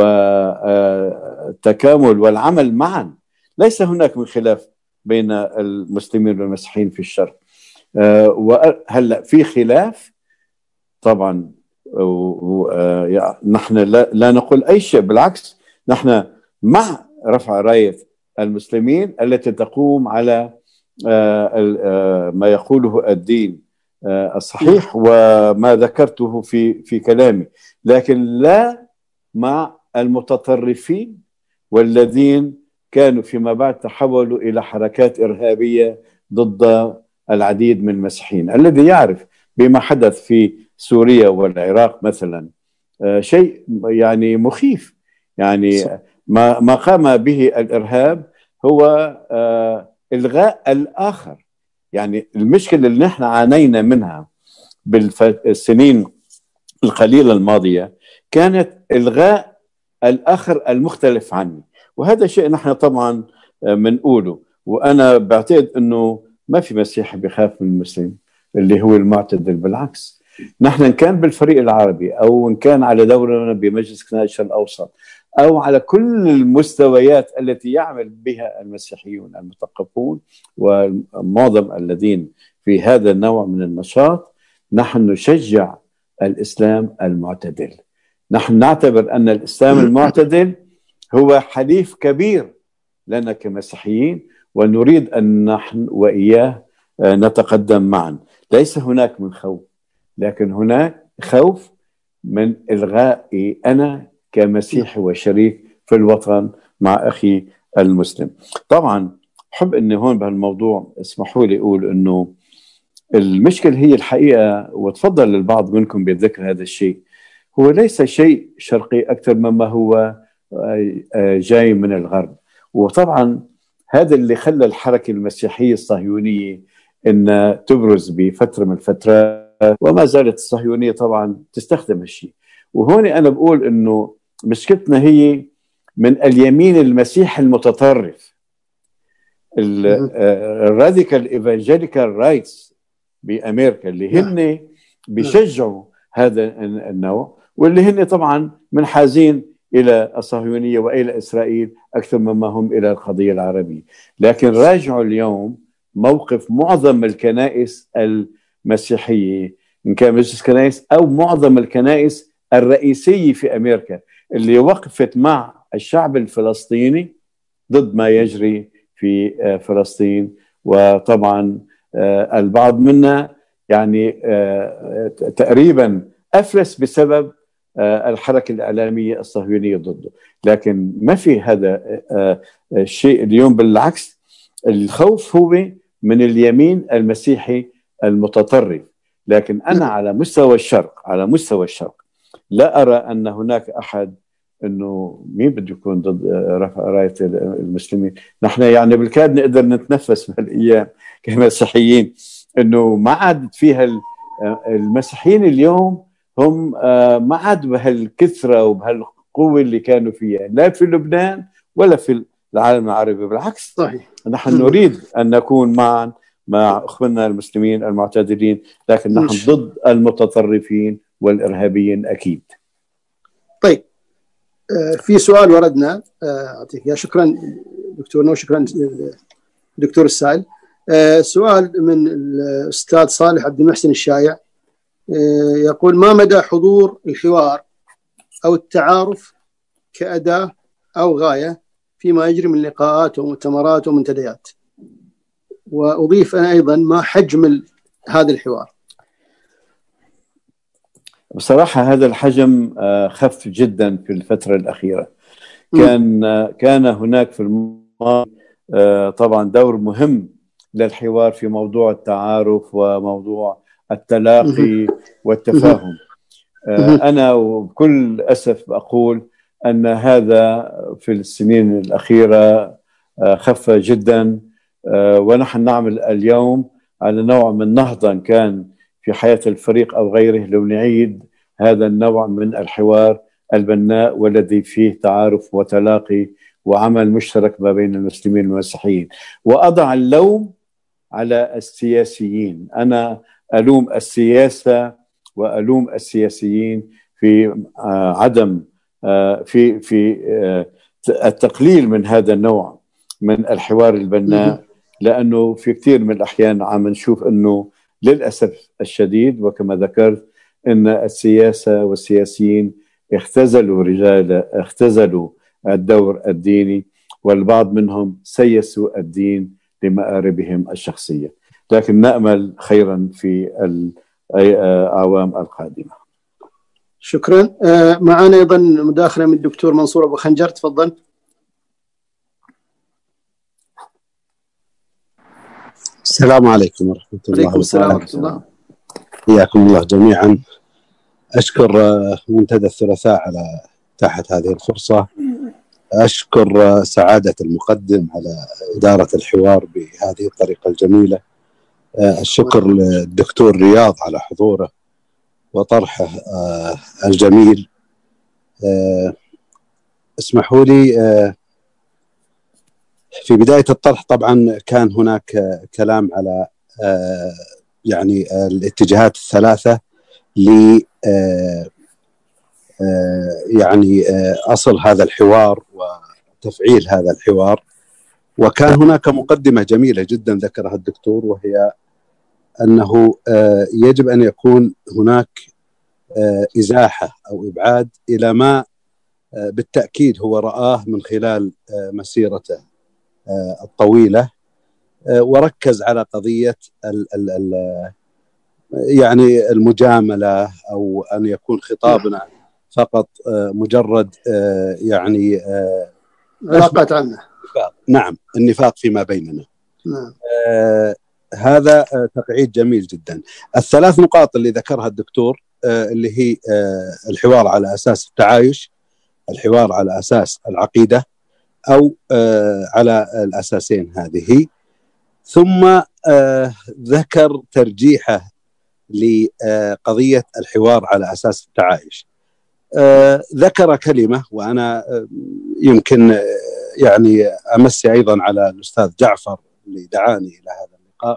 والتكامل والعمل معا. ليس هناك من خلاف بين المسلمين والمسيحيين في الشرق. وهلأ في خلاف طبعا، نحن لا نقول أي شيء، بالعكس نحن مع رفع راية المسلمين التي تقوم على ما يقوله الدين الصحيح وما ذكرته في في كلامي، لكن لا مع المتطرفين والذين كانوا فيما بعد تحولوا إلى حركات إرهابية ضد العديد من المسيحيين. الذي يعرف بما حدث في سوريا والعراق مثلا شيء يعني مخيف. يعني ما ما قام به الإرهاب هو إلغاء الآخر. يعني المشكلة اللي نحن عانينا منها بالسنين القليلة الماضية كانت إلغاء الآخر المختلف عني، وهذا شيء نحن طبعا منقوله. وأنا بعتقد أنه ما في مسيحي بيخاف من المسلم اللي هو المعتدل. بالعكس، نحن إن كان بالفريق العربي أو إن كان على دورنا بمجلس كنائس الشرق الأوسط أو على كل المستويات التي يعمل بها المسيحيون المثقفون ومعظم الذين في هذا النوع من النشاط، نحن نشجع الإسلام المعتدل. نحن نعتبر أن الإسلام المعتدل هو حليف كبير لنا كمسيحيين، ونريد أن نحن وإياه نتقدم معا. ليس هناك من خوف، لكن هناك خوف من إلغائي أنا كمسيحي وشريك في الوطن مع أخي المسلم. طبعا حب أني هون بهالموضوع اسمحوا لي أقول أنه المشكلة هي الحقيقة، وتفضل البعض منكم بالذكر هذا الشيء، هو ليس شيء شرقي أكثر مما هو جاي من الغرب. وطبعا هذا اللي خلى الحركة المسيحية الصهيونية أن تبرز بفترة من الفترات، وما زالت الصهيونية طبعا تستخدم الشيء. وهون أنا بقول أنه مشكلتنا هي من اليمين المسيحي المتطرف، الراديكال ايفانجيليكال رايتس بأمريكا، اللي هن بيشجعوا هذا النوع، واللي هن طبعا منحازين إلى الصهيونية وإلى إسرائيل أكثر مما هم إلى القضية العربية. لكن راجعوا اليوم موقف معظم الكنائس المسيحية، إن كان مجلس كنائس أو معظم الكنائس الرئيسية في أمريكا، اللي وقفت مع الشعب الفلسطيني ضد ما يجري في فلسطين. وطبعا البعض منا يعني تقريبا أفلس بسبب الحركة الإعلامية الصهيونية ضده. لكن ما في هذا الشيء اليوم، بالعكس الخوف هو من اليمين المسيحي المتطرف. لكن أنا على مستوى الشرق على مستوى الشرق لا أرى أن هناك أحد انه مين بده يكون ضد رفع رايه المسلمين. نحن يعني بالكاد نقدر نتنفس بهالايام كمسيحيين، انه ما عاد فيها المسيحيين اليوم هم ما عاد بهالكثره وبهالقوه اللي كانوا فيها، لا في لبنان ولا في العالم العربي. بالعكس صحيح، نحن نريد ان نكون معا مع اخواننا المسلمين المعتدلين، لكن نحن ضد المتطرفين والارهابيين اكيد. طيب في سؤال وردنا اعطيك يا شكرا دكتورنا وشكرا دكتور السائل. سؤال من الاستاذ صالح عبد المحسن الشايع، يقول: ما مدى حضور الحوار او التعارف كأداة او غاية فيما يجري من لقاءات ومؤتمرات ومنتديات؟ واضيف انا ايضا: ما حجم هذا الحوار؟ بصراحة هذا الحجم خف جدا في الفترة الأخيرة. كان كان هناك في الماضي طبعا دور مهم للحوار في موضوع التعارف وموضوع التلاقي والتفاهم. أنا وبكل أسف أقول أن هذا في السنين الأخيرة خف جدا، ونحن نعمل اليوم على نوع من نهضة كان في حياة الفريق أو غيره، لو نعيد هذا النوع من الحوار البناء والذي فيه تعارف وتلاقي وعمل مشترك ما بين المسلمين والمسيحيين. وأضع اللوم على السياسيين، أنا ألوم السياسة وألوم السياسيين في عدم في في التقليل من هذا النوع من الحوار البناء، لأنه في كثير من الأحيان عم نشوف أنه للأسف الشديد وكما ذكرت أن السياسة والسياسيين اختزلوا رجال اختزلوا الدور الديني، والبعض منهم سيسوا الدين لمآربهم الشخصية. لكن نأمل خيرا في الأعوام القادمة. شكرا. معنا أيضا مداخلة من الدكتور منصور أبو خنجر، تفضل. السلام عليكم ورحمة الله وبركاته. السلام ورحمة الله. حياكم الله جميعا. أشكر منتدى الثلاثاء على إتاحة هذه الفرصة. أشكر سعادة المقدم على إدارة الحوار بهذه الطريقة الجميلة. الشكر للدكتور رياض على حضوره وطرحه الجميل. اسمحوا لي في بداية الطرح طبعا كان هناك كلام على يعني الاتجاهات الثلاثة ل يعني أصل هذا الحوار وتفعيل هذا الحوار. وكان هناك مقدمة جميلة جدا ذكرها الدكتور، وهي أنه يجب أن يكون هناك إزاحة أو إبعاد إلى ما بالتأكيد هو رآه من خلال مسيرته الطويلة، وركز على قضية ال ال ال يعني المجاملة، أو أن يكون خطابنا فقط مجرد يعني علاقات عامة. نعم، النفاق فيما بيننا. نعم. آه هذا تقعيد جميل جدا. الثلاث نقاط اللي ذكرها الدكتور آه اللي هي آه الحوار على أساس التعايش، الحوار على أساس العقيدة، أو آه على الأساسين هذه، ثم آه ذكر ترجيحه لقضية الحوار على أساس التعايش. آه ذكر كلمة وأنا آه يمكن آه يعني أمسي أيضا على الأستاذ جعفر اللي دعاني إلى هذا اللقاء.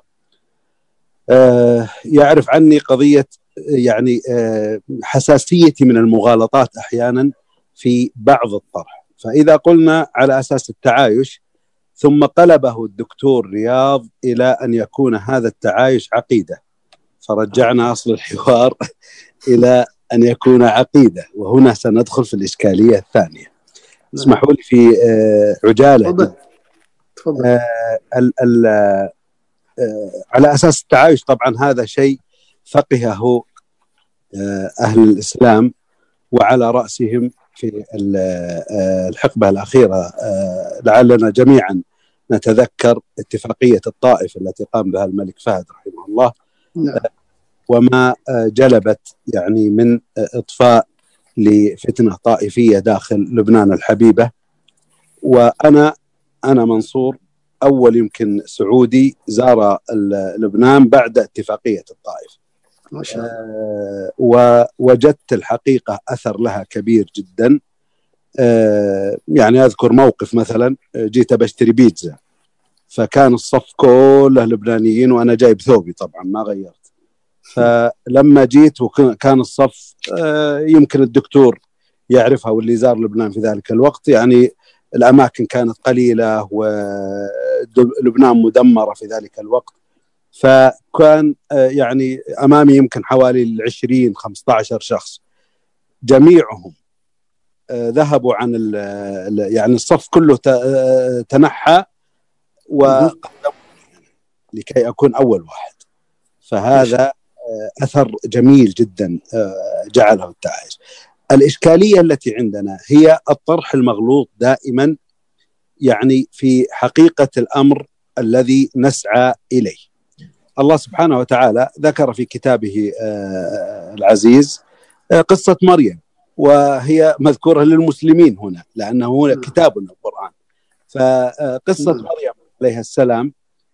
آه يعرف عني قضية يعني آه حساسيتي من المغالطات أحيانا في بعض الطرح. فإذا قلنا على أساس التعايش ثم قلبه الدكتور رياض إلى أن يكون هذا التعايش عقيدة، فرجعنا أصل الحوار إلى أن يكون عقيدة، وهنا سندخل في الإشكالية الثانية. اسمحوا لي في عجالة. تفضل. تفضل. آه ال ال آه على أساس التعايش طبعا هذا شيء فقهه آه أهل الإسلام، وعلى رأسهم في الحقبة الأخيرة آه لعلنا جميعا نتذكر اتفاقية الطائف التي قام بها الملك فهد رحمه الله. نعم. وما جلبت يعني من إطفاء لفتنة طائفية داخل لبنان الحبيبة. وأنا أنا منصور أول يمكن سعودي زار لبنان بعد اتفاقية الطائف، ما شاء الله. آه ووجدت الحقيقة أثر لها كبير جدا. آه يعني أذكر موقف مثلا، جيت بشتري بيتزا فكان الصف كله لبنانيين وأنا جايب ثوبي طبعا ما غيرت. فلما جيت وكان الصف آه يمكن الدكتور يعرفها واللي زار لبنان في ذلك الوقت، يعني الأماكن كانت قليلة ولبنان مدمرة في ذلك الوقت. فكان يعني أمامي يمكن حوالي العشرين خمسة عشر شخص، جميعهم ذهبوا عن يعني الصف كله تنحى وقدموا لكي أكون أول واحد. فهذا أثر جميل جدا جعله التعايش. الإشكالية التي عندنا هي الطرح المغلوط دائما، يعني في حقيقة الأمر الذي نسعى إليه. الله سبحانه وتعالى ذكر في كتابه العزيز قصة مريم، وهي مذكورة للمسلمين هنا لأنه هنا كتاب القرآن. فقصة مريم عليها السلام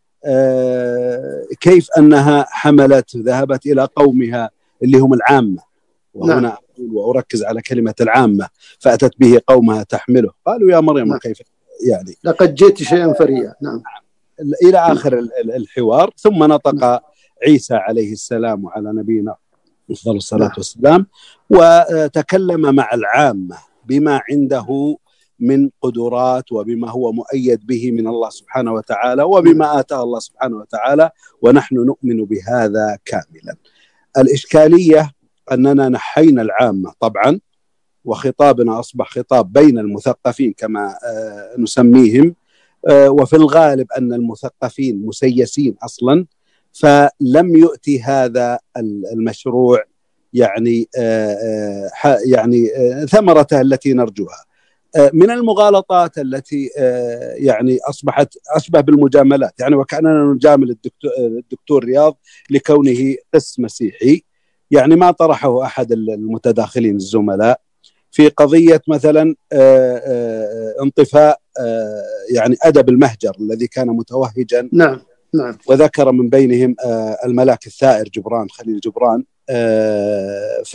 كيف أنها حملت ذهبت إلى قومها اللي هم العامة، وهنا أقول وأركز على كلمة العامة، فأتت به قومها تحمله قالوا يا مريم نعم. كيف يعني لقد جئت شيئا فريا. نعم إلى آخر الحوار. ثم نطق نعم. عيسى عليه السلام وعلى نبينا أفضل الصلاة نعم. والسلام، وتكلم مع العامة بما عنده من قدرات وبما هو مؤيد به من الله سبحانه وتعالى وبما آتاه الله سبحانه وتعالى، ونحن نؤمن بهذا كاملا. الإشكالية أننا نحينا العامة طبعا، وخطابنا أصبح خطاب بين المثقفين كما نسميهم، وفي الغالب أن المثقفين مسيسين أصلا، فلم يؤتي هذا المشروع يعني يعني ثمرته التي نرجوها. من المغالطات التي يعني أصبحت أشبه بالمجاملات، يعني وكأننا نجامل الدكتور, الدكتور رياض لكونه قس مسيحي، يعني ما طرحه أحد المتداخلين الزملاء في قضية مثلا انطفاء يعني أدب المهجر الذي كان متوهجا. نعم نعم. وذكر من بينهم الملاك الثائر جبران خليل جبران. ف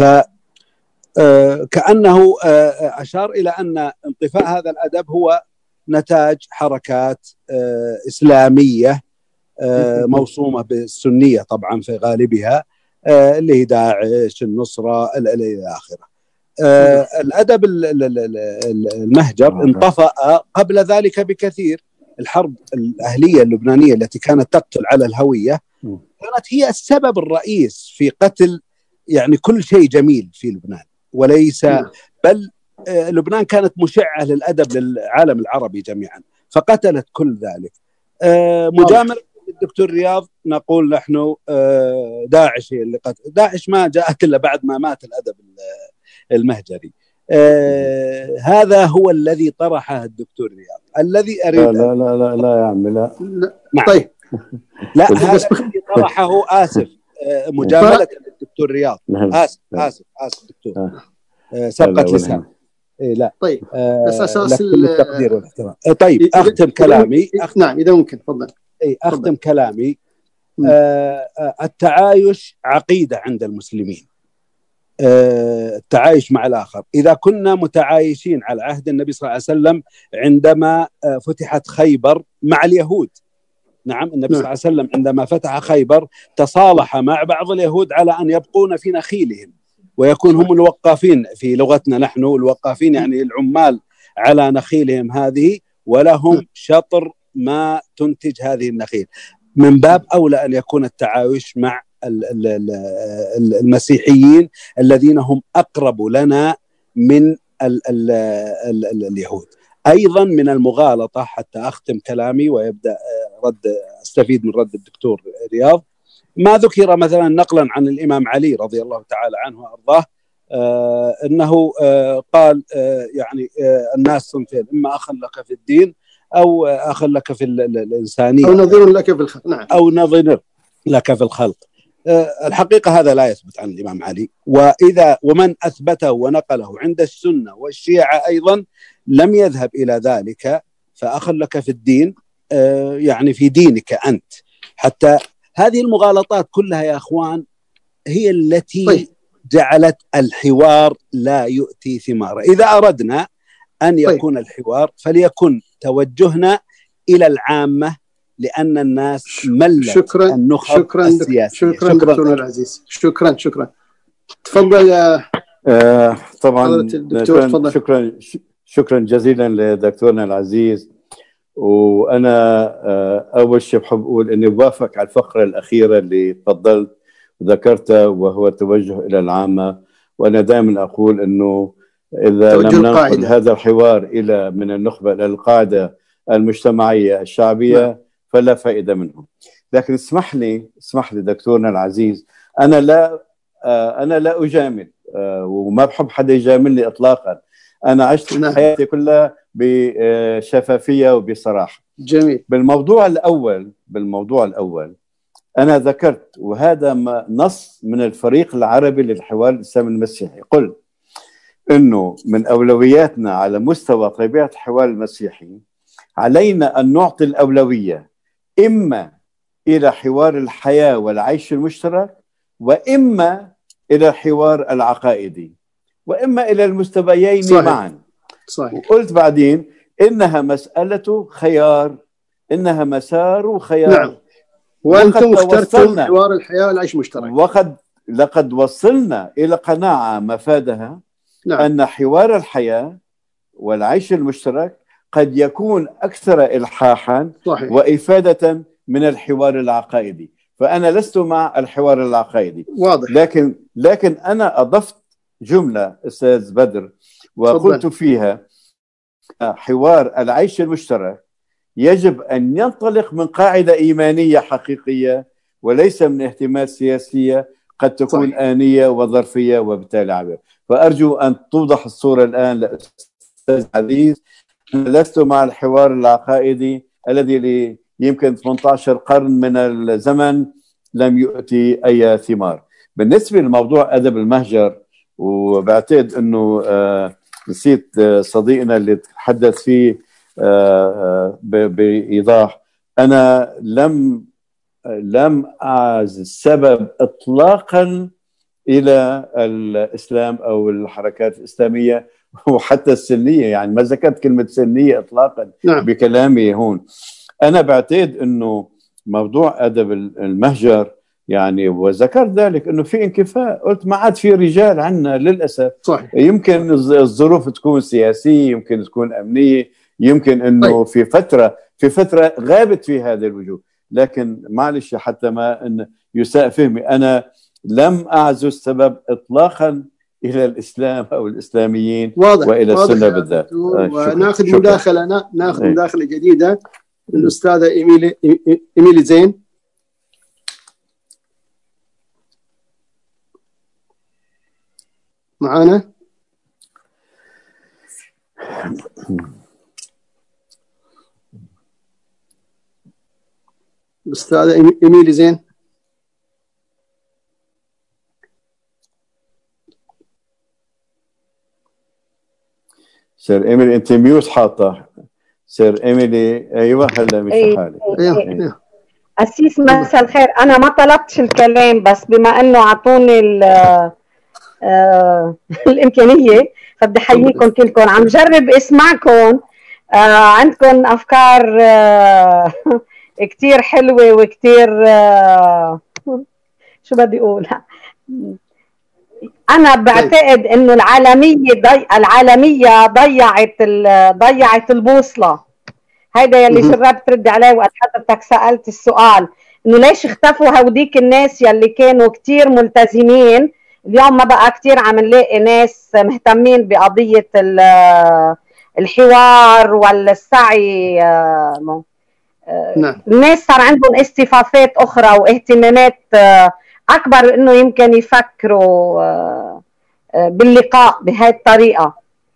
كأنه أشار إلى أن انطفاء هذا الأدب هو نتاج حركات إسلامية موصومة بالسنية طبعا في غالبها، اللي هي داعش النصرة إلى آخره. الأدب المهجر انطفأ قبل ذلك بكثير. الحرب الأهلية اللبنانية التي كانت تقتل على الهوية كانت هي السبب الرئيس في قتل يعني كل شيء جميل في لبنان، وليس بل لبنان كانت مشعة للأدب للعالم العربي جميعا، فقتلت كل ذلك. مجاملة الدكتور رياض نقول نحن داعش اللي قتل داعش، ما جاءت إلا بعد ما مات الأدب المهجري. هذا هو الذي طرحه الدكتور رياض الذي أريد. لا لا لا لا يا عمي لا. طيب لا هذا الذي طرحه آسف مجاملة الدكتور رياض. آسف آسف آسف دكتور سبقت لسان. إيه لا طيب بس أساس التقدير والاحترام. طيب أختم كلامي. أختم. نعم إذا ممكن تفضل. إيه أختم فضل. كلامي. آه التعايش عقيدة عند المسلمين، آه التعايش مع الآخر. إذا كنا متعايشين على عهد النبي صلى الله عليه وسلم عندما آه فتحت خيبر مع اليهود، نعم النبي صلى الله عليه وسلم عندما فتح خيبر تصالح مع بعض اليهود على أن يبقون في نخيلهم ويكون هم الوقافين، في لغتنا نحن الوقافين يعني العمال على نخيلهم هذه، ولهم شطر ما تنتج هذه النخيل. من باب أولى أن يكون التعايش مع المسيحيين الذين هم أقرب لنا من ال ال ال ال اليهود. أيضا من المغالطة حتى أختم كلامي ويبدأ رد أستفيد من رد الدكتور رياض، ما ذكر مثلا نقلا عن الإمام علي رضي الله تعالى عنه وأرضاه آه أنه آه قال آه يعني آه الناس صنفين، إما أخ لك في الدين أو أخ لك في الإنسانية أو نظير لك في الخلق. نعم. أو نظير لك في الخلق. الحقيقة هذا لا يثبت عن الإمام علي، وإذا ومن أثبته ونقله عند السنة والشيعة أيضا لم يذهب إلى ذلك، فأخ لك في الدين يعني في دينك أنت. حتى هذه المغالطات كلها يا أخوان هي التي طيب. جعلت الحوار لا يؤتي ثمارا. إذا أردنا أن يكون طيب. الحوار فليكن توجهنا إلى العامة، لأن الناس ملت شكرا النخب شكرا السياسية. شكرا دكتورنا العزيز، شكرا شكرا. تفضل يا آه طبعا الدكتور، تفضل. شكرا شكرا جزيلا لدكتورنا العزيز. وأنا آه أول شيء بحب أقول إني بوافق على الفقرة الأخيرة اللي تفضلت وذكرتها، وهو التوجه إلى العامة. وأنا دائما أقول إنه إذا لم ننقل هذا الحوار إلى من النخبة إلى القاعدة المجتمعية الشعبية م. فلا فائدة منه. لكن اسمح لي اسمح لي دكتورنا العزيز، أنا لا آه أنا لا أجامل آه وما بحب حدا يجاملني إطلاقا. أنا عشت نعم. حياتي كلها بشفافية وبصراحة. جميل. بالموضوع الأول بالموضوع الأول أنا ذكرت، وهذا ما نص من الفريق العربي للحوار الإسلامي المسيحي، قلت إنه من أولوياتنا على مستوى طبيعة الحوار المسيحي علينا أن نعطي الأولوية إما إلى حوار الحياة والعيش المشترك، وإما إلى الحوار العقائدي، وإما إلى المستويين صحيح. معا. صحيح. وقلت بعدين إنها مسألة خيار، إنها مسار خيار. نعم. وأنتم اخترتم حوار الحياة والعيش مشترك، وقد لقد وصلنا إلى قناعة مفادها نعم. أن حوار الحياة والعيش المشترك قد يكون أكثر إلحاحا صحيح. وإفادة من الحوار العقائدي. فأنا لست مع الحوار العقائدي واضح. لكن لكن أنا أضفت جملة أستاذ بدر وقلت فضل. فيها حوار العيش المشترك يجب أن ينطلق من قاعدة إيمانية حقيقية، وليس من اهتمامات سياسية قد تكون صحيح. آنية وظرفية وبالتالي عابرة. فأرجو أن توضح الصورة الآن لأستاذ عزيز. أنا لست مع الحوار العقائدي الذي يمكن ثمانية عشر قرن من الزمن لم يؤتي أي ثمار. بالنسبة لموضوع أدب المهجر، وبعتقد أنه آه نسيت آه صديقنا اللي تحدث فيه آه بإيضاح، أنا لم لم أعز السبب إطلاقا إلى الإسلام أو الحركات الإسلامية وحتى السنية، يعني ما ذكرت كلمة سنية إطلاقا نعم. بكلامي هون. أنا بعتقد أنه موضوع أدب المهجر يعني، وذكرت ذلك أنه في انكفاء، قلت ما عاد في رجال عنا للأسف صحيح. يمكن الظروف تكون سياسية، يمكن تكون أمنية، يمكن أنه طيب. في فترة في فترة غابت في هذا الوجوه. لكن معلش حتى ما أن يساء فهمي، أنا لم أعزو السبب إطلاقا إلى الإسلام أو الإسلاميين واضح. وإلى السنة بالذات. وناخذ مداخلة ناخذ أيه. مداخلة جديدة من الأستاذة إيميلي إيميلي زين. معانا الأستاذة إيميلي زين. سير إيميلي أنت ميوت حاطة. سير إيميلي أيوة هلا مش أيه حالي. أيه أيه. أسيس مساء الخير، أنا ما طلبتش الكلام، بس بما أنه أعطوني آه الإمكانية فبدي أحييكم كلكم. عم جرب اسمعكم، آه عندكم أفكار آه كتير حلوة وكتير آه شو بدي أقول. أنا بعتقد إنه العالمية ضي... العالمية ضيعت ال... ضيعت البوصلة. هيدا يلي جربت ترد عليه وقت حضرتك سألت السؤال، إنه ليش اختفوا هوديك الناس يلي كانوا كتير ملتزمين. اليوم ما بقى كتير عم نلاقي ناس مهتمين بقضية الحوار والسعي. نعم. الناس صار عندهم استفافات أخرى واهتمامات أكبر، إنه يمكن يفكروا باللقاء بهاي الطريقة.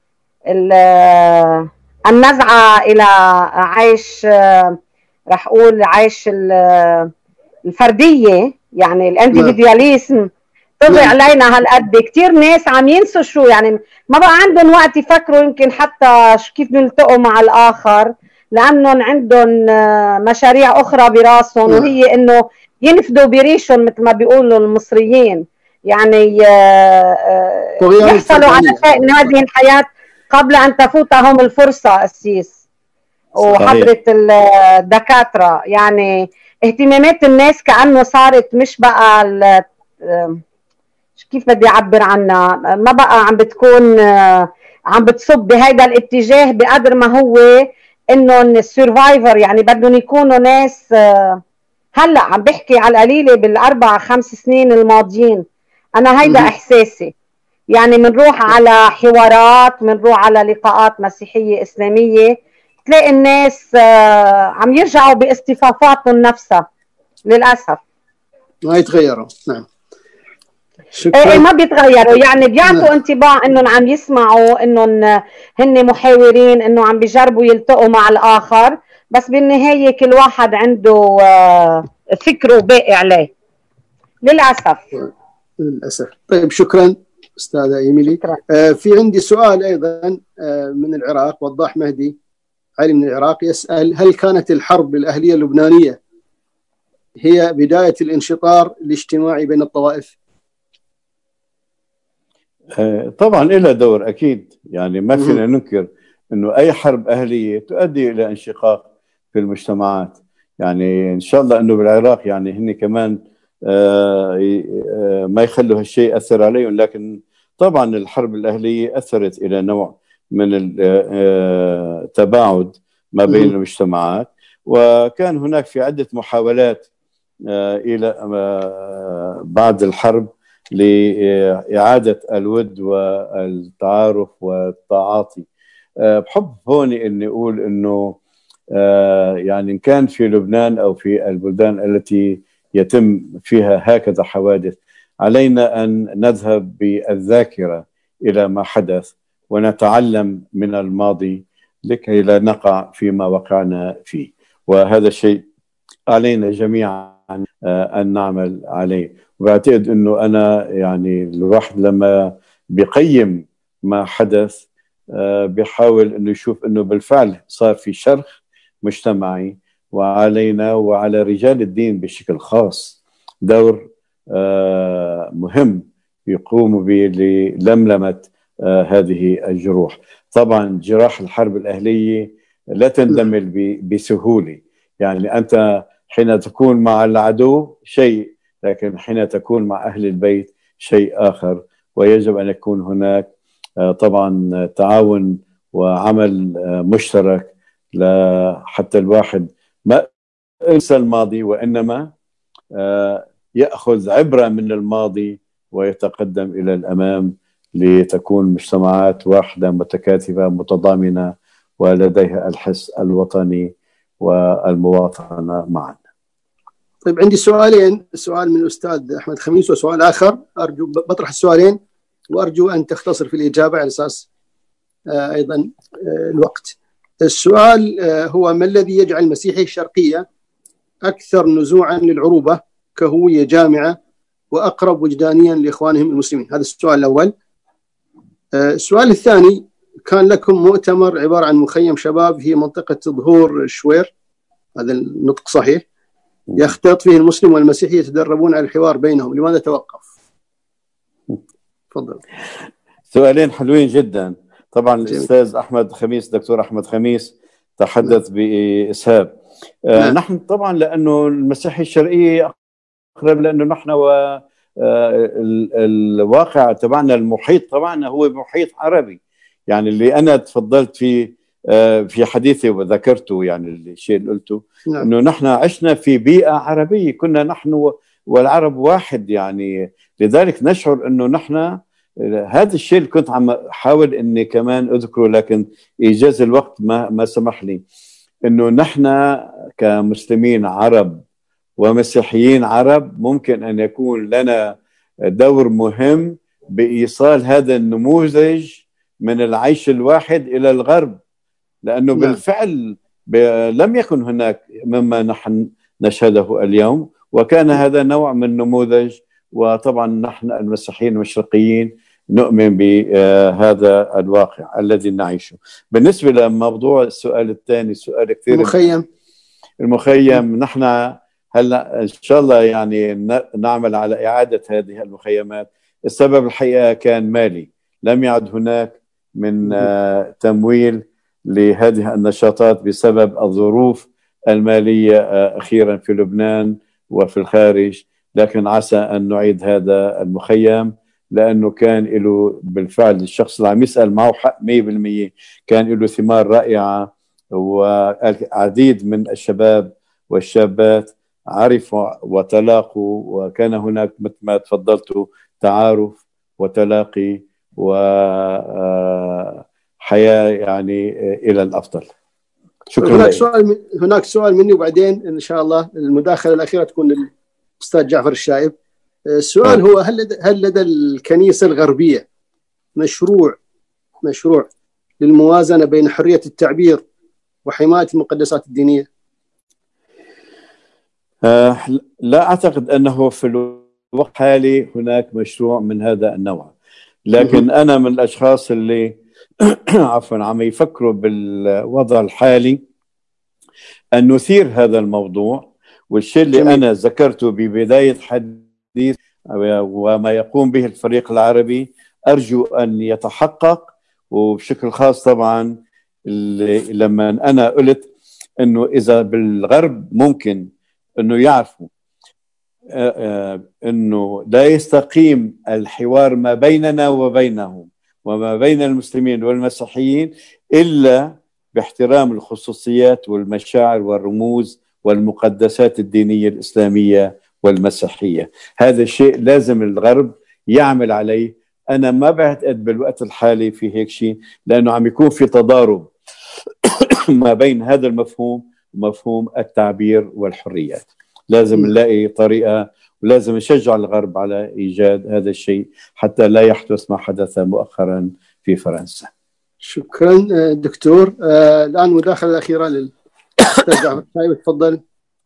النزعة إلى عيش، رح أقول عيش الفردية يعني الانديفيدياليزم طغى علينا هالقد. كثير ناس عم ينسوا شو يعني، ما بقى عندهم وقت يفكروا يمكن حتى كيف يلتقوا مع الاخر، لانهم عندهم مشاريع اخرى براسهم، وهي انه ينفذوا بريشهم مثل ما بيقولوا المصريين، يعني يحصلوا على شيء من هذه الحياه قبل ان تفوتهم الفرصه. السيس وحضره الدكاتره، يعني اهتمامات الناس كانه صارت مش بقى كيف بدي اعبر عنها، ما بقى عم بتكون عم بتصب بهيدا الاتجاه بقدر ما هو انهم السرفايفر، يعني بدهم يكونوا ناس. هلا عم بحكي على القليله بالاربع خمس سنين الماضيين، انا هيدا احساسي. يعني منروح على حوارات، منروح على لقاءات مسيحيه اسلاميه، تلاقي الناس عم يرجعوا باصطفافاتهم نفسها للاسف، ما يتغيروا. نعم ايه ما بيتغيروا، يعني بيعطوا انطباع انهم عم يسمعوا، انهم هن محاورين، انه عم بيجربوا يلتقوا مع الاخر، بس بالنهايه كل واحد عنده فكره باقي عليه للاسف. للاسف. طيب شكرا استاذه ايميلي. شكرا. آه في عندي سؤال ايضا آه من العراق، وضاح مهدي علي من العراق يسال: هل كانت الحرب الاهليه اللبنانيه هي بدايه الانشطار الاجتماعي بين الطوائف؟ طبعا لها دور اكيد، يعني ما فينا ننكر انه اي حرب اهليه تؤدي الى انشقاق في المجتمعات. يعني ان شاء الله انه بالعراق يعني هن كمان ما يخلوا هالشيء اثر عليهم، لكن طبعا الحرب الاهليه اثرت الى نوع من التباعد ما بين المجتمعات، وكان هناك في عده محاولات الى بعد الحرب لإعادة الود والتعارف والتعاطي. بحب هون إني أقول إنه يعني إن كان في لبنان أو في البلدان التي يتم فيها هكذا حوادث، علينا أن نذهب بالذاكرة إلى ما حدث ونتعلم من الماضي لكي لا نقع فيما وقعنا فيه، وهذا الشيء علينا جميعا أن نعمل عليه. وبعتقد أنه أنا يعني الواحد لما بيقيم ما حدث بيحاول أنه يشوف أنه بالفعل صار في شرخ مجتمعي، وعلينا وعلى رجال الدين بشكل خاص دور مهم يقوموا به للملمة هذه الجروح. طبعا جراح الحرب الأهلية لا تندمل بسهولة، يعني أنت حين تكون مع العدو شيء، لكن حين تكون مع أهل البيت شيء آخر، ويجب أن يكون هناك طبعا تعاون وعمل مشترك حتى الواحد ما ينسى الماضي، وإنما يأخذ عبرة من الماضي ويتقدم إلى الأمام لتكون مجتمعات واحدة متكاتفة متضامنة ولديها الحس الوطني والمواطنة معا. طيب عندي سؤالين، سؤال من الأستاذ أحمد خميس وسؤال آخر، أرجو بطرح السؤالين وأرجو أن تختصر في الإجابة على أساس آه أيضا آه الوقت. السؤال آه هو: ما الذي يجعل المسيحية الشرقية أكثر نزوعا للعروبة كهوية جامعة وأقرب وجدانيا لإخوانهم المسلمين؟ هذا السؤال الأول. آه السؤال الثاني: كان لكم مؤتمر عبارة عن مخيم شباب في منطقة ظهور شوير، هذا النطق صحيح، يختلط فيه المسلم والمسيحي يتدربون على الحوار بينهم، لماذا توقف؟ تفضل. سؤالين حلوين جدا. طبعا جميل. الأستاذ أحمد خميس، دكتور أحمد خميس تحدث بإسهاب. آه نحن طبعا لأنه المسيحية الشرقية أقرب، لأنه نحن و الواقع تبعنا المحيط تبعنا هو محيط عربي، يعني اللي أنا تفضلت فيه في حديثي وذكرته، يعني الشيء اللي قلته نعم. انه نحن عشنا في بيئة عربية، كنا نحن والعرب واحد، يعني لذلك نشعر انه نحن هذا الشيء اللي كنت عم احاول اني كمان اذكره، لكن ايجاز الوقت ما ما سمح لي، انه نحن كمسلمين عرب ومسيحيين عرب ممكن ان يكون لنا دور مهم بايصال هذا النموذج من العيش الواحد الى الغرب، لأنه نعم. بالفعل لم يكن هناك مما نحن نشهده اليوم، وكان هذا نوع من نموذج. وطبعا نحن المسيحيين المشرقيين نؤمن بهذا الواقع الذي نعيشه. بالنسبة لموضوع السؤال الثاني، سؤال كثير المخيم المخيم نحن هلا إن شاء الله يعني نعمل على إعادة هذه المخيمات. السبب الحقيقة كان مالي، لم يعد هناك من تمويل لهذه النشاطات بسبب الظروف المالية أخيرا في لبنان وفي الخارج. لكن عسى أن نعيد هذا المخيم، لأنه كان له بالفعل الشخص اللي عم يسأل معه حق مية بالمية، كان له ثمار رائعة، وعديد من الشباب والشابات عرفوا وتلاقوا، وكان هناك مثل ما تفضلتوا تعارف وتلاقي وحياة يعني إلى الأفضل. شكرا. هناك سؤال من هناك سؤال مني، وبعدين إن شاء الله المداخلة الأخيرة تكون للأستاذ جعفر الشايب. السؤال هو هل لدى, هل لدى الكنيسة الغربية مشروع مشروع للموازنة بين حرية التعبير وحماية المقدسات الدينية؟ آه لا أعتقد أنه في الوقت الحالي هناك مشروع من هذا النوع، لكن أنا من الأشخاص اللي عفوا عم يفكروا بالوضع الحالي أن نثير هذا الموضوع. والشيء اللي جميل. أنا ذكرته ببداية حديث وما يقوم به الفريق العربي أرجو أن يتحقق، وبشكل خاص طبعا لما أنا قلت أنه إذا بالغرب ممكن أنه يعرفوا أنه لا يستقيم الحوار ما بيننا وبينهم وما بين المسلمين والمسيحيين إلا باحترام الخصوصيات والمشاعر والرموز والمقدسات الدينية الإسلامية والمسيحية. هذا الشيء لازم الغرب يعمل عليه. أنا ما بعتقد بالوقت الحالي في هيك شيء، لأنه عم يكون في تضارب ما بين هذا المفهوم ومفهوم التعبير والحريات. لازم نلاقي طريقة، ولازم نشجع الغرب على إيجاد هذا الشيء حتى لا يحدث ما حدث مؤخرا في فرنسا. شكرا دكتور. آه الآن مداخلة الأخيرة للأستاذ جعفر الشايب، تفضل.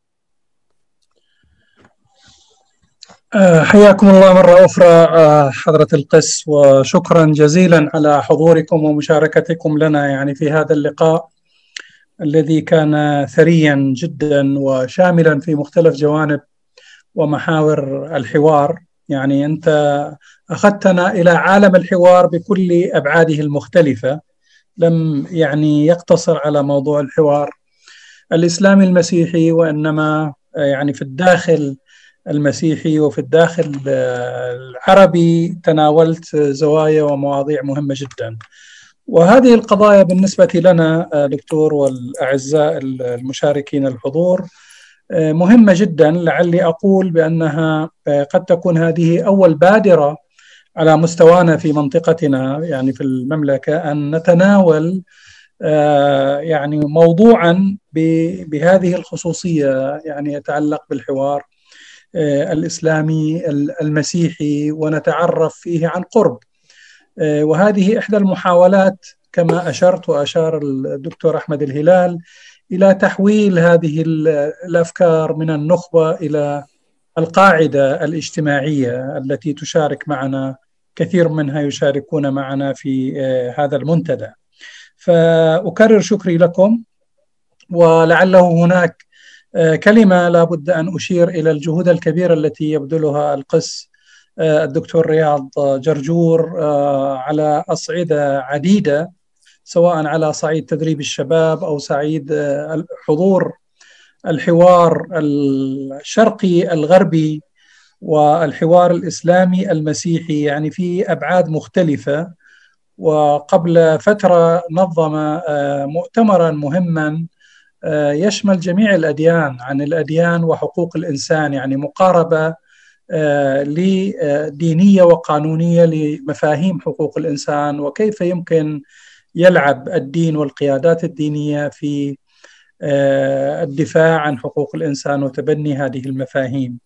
حياكم الله مرة أخرى حضرة القس، وشكرا جزيلا على حضوركم ومشاركتكم لنا يعني في هذا اللقاء الذي كان ثريا جدا وشاملا في مختلف جوانب ومحاور الحوار. يعني أنت أخذتنا إلى عالم الحوار بكل أبعاده المختلفة، لم يعني يقتصر على موضوع الحوار الإسلامي المسيحي، وإنما يعني في الداخل المسيحي وفي الداخل العربي تناولت زوايا ومواضيع مهمة جدا. وهذه القضايا بالنسبة لنا دكتور والأعزاء المشاركين الحضور مهمة جدا. لعلي أقول بأنها قد تكون هذه أول بادرة على مستوانا في منطقتنا يعني في المملكة أن نتناول يعني موضوعا بهذه الخصوصية يعني يتعلق بالحوار الإسلامي المسيحي ونتعرف فيه عن قرب. وهذه إحدى المحاولات كما أشرت وأشار الدكتور أحمد الهلال إلى تحويل هذه الأفكار من النخبة إلى القاعدة الاجتماعية التي تشارك معنا، كثير منها يشاركون معنا في هذا المنتدى. فأكرر شكري لكم، ولعله هناك كلمة لا بد أن أشير إلى الجهود الكبيرة التي يبذلها القس الدكتور رياض جرجور على أصعدة عديدة، سواء على صعيد تدريب الشباب أو صعيد حضور الحوار الشرقي الغربي والحوار الإسلامي المسيحي يعني في أبعاد مختلفة. وقبل فترة نظم مؤتمرا مهما يشمل جميع الأديان عن الأديان وحقوق الإنسان، يعني مقاربة لدينية وقانونية لمفاهيم حقوق الإنسان وكيف يمكن يلعب الدين والقيادات الدينية في الدفاع عن حقوق الإنسان وتبني هذه المفاهيم.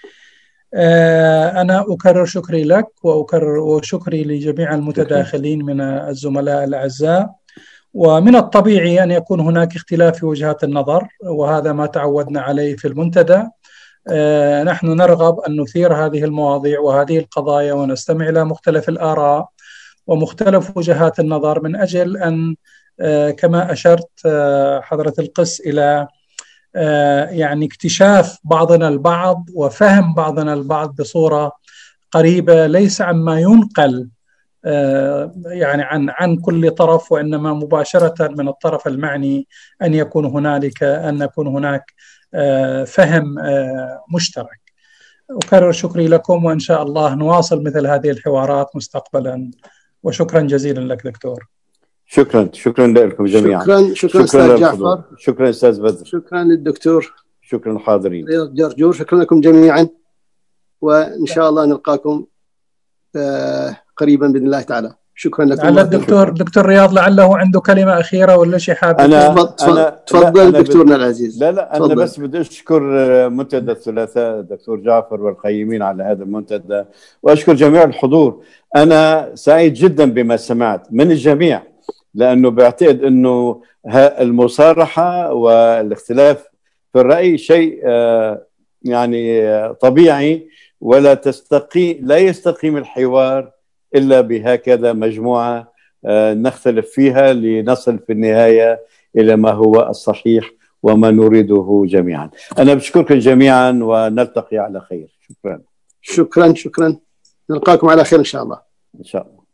أنا أكرر شكري لك وأكرر وشكري لجميع المتداخلين من الزملاء الأعزاء. ومن الطبيعي أن يكون هناك اختلاف في وجهات النظر، وهذا ما تعودنا عليه في المنتدى، نحن نرغب أن نثير هذه المواضيع وهذه القضايا ونستمع إلى مختلف الآراء ومختلف وجهات النظر من أجل أن كما أشرت حضرة القس إلى يعني اكتشاف بعضنا البعض وفهم بعضنا البعض بصورة قريبة، ليس عما ينقل يعني عن عن كل طرف، وإنما مباشرة من الطرف المعني، أن يكون هنالك أن يكون هناك فهم مشترك. أكرر شكري لكم، وإن شاء الله نواصل مثل هذه الحوارات مستقبلا، وشكرا جزيلا لك دكتور. شكرا شكرا لكم جميعا. شكرا شكرا أستاذ جعفر. شكرا أستاذ بدر. شكرا للدكتور. شكرا الحاضرين. جرجور. شكرا لكم جميعا، وإن شاء الله نلقاكم قريبا بإذن الله تعالى. شكرا لكم. على الدكتور دكتور رياض لعله عنده كلمة أخيرة ولا شيء حابب. أنا تفضل دكتورنا العزيز. لا لا أنا بس بدي أشكر منتدى الثلاثاء الدكتور جعفر والقيمين على هذا المنتدى، وأشكر جميع الحضور. أنا سعيد جدا بما سمعت من الجميع، لأنه بعتقد أنه المصارحة والاختلاف في الرأي شيء يعني طبيعي، ولا تستقيم لا يستقيم الحوار إلا بهكذا مجموعة نختلف فيها لنصل في النهاية إلى ما هو الصحيح وما نريده جميعا. أنا بشكركم جميعا ونلتقي على خير. شكرا شكرا شكرا نلقاكم على خير إن شاء الله. إن شاء الله.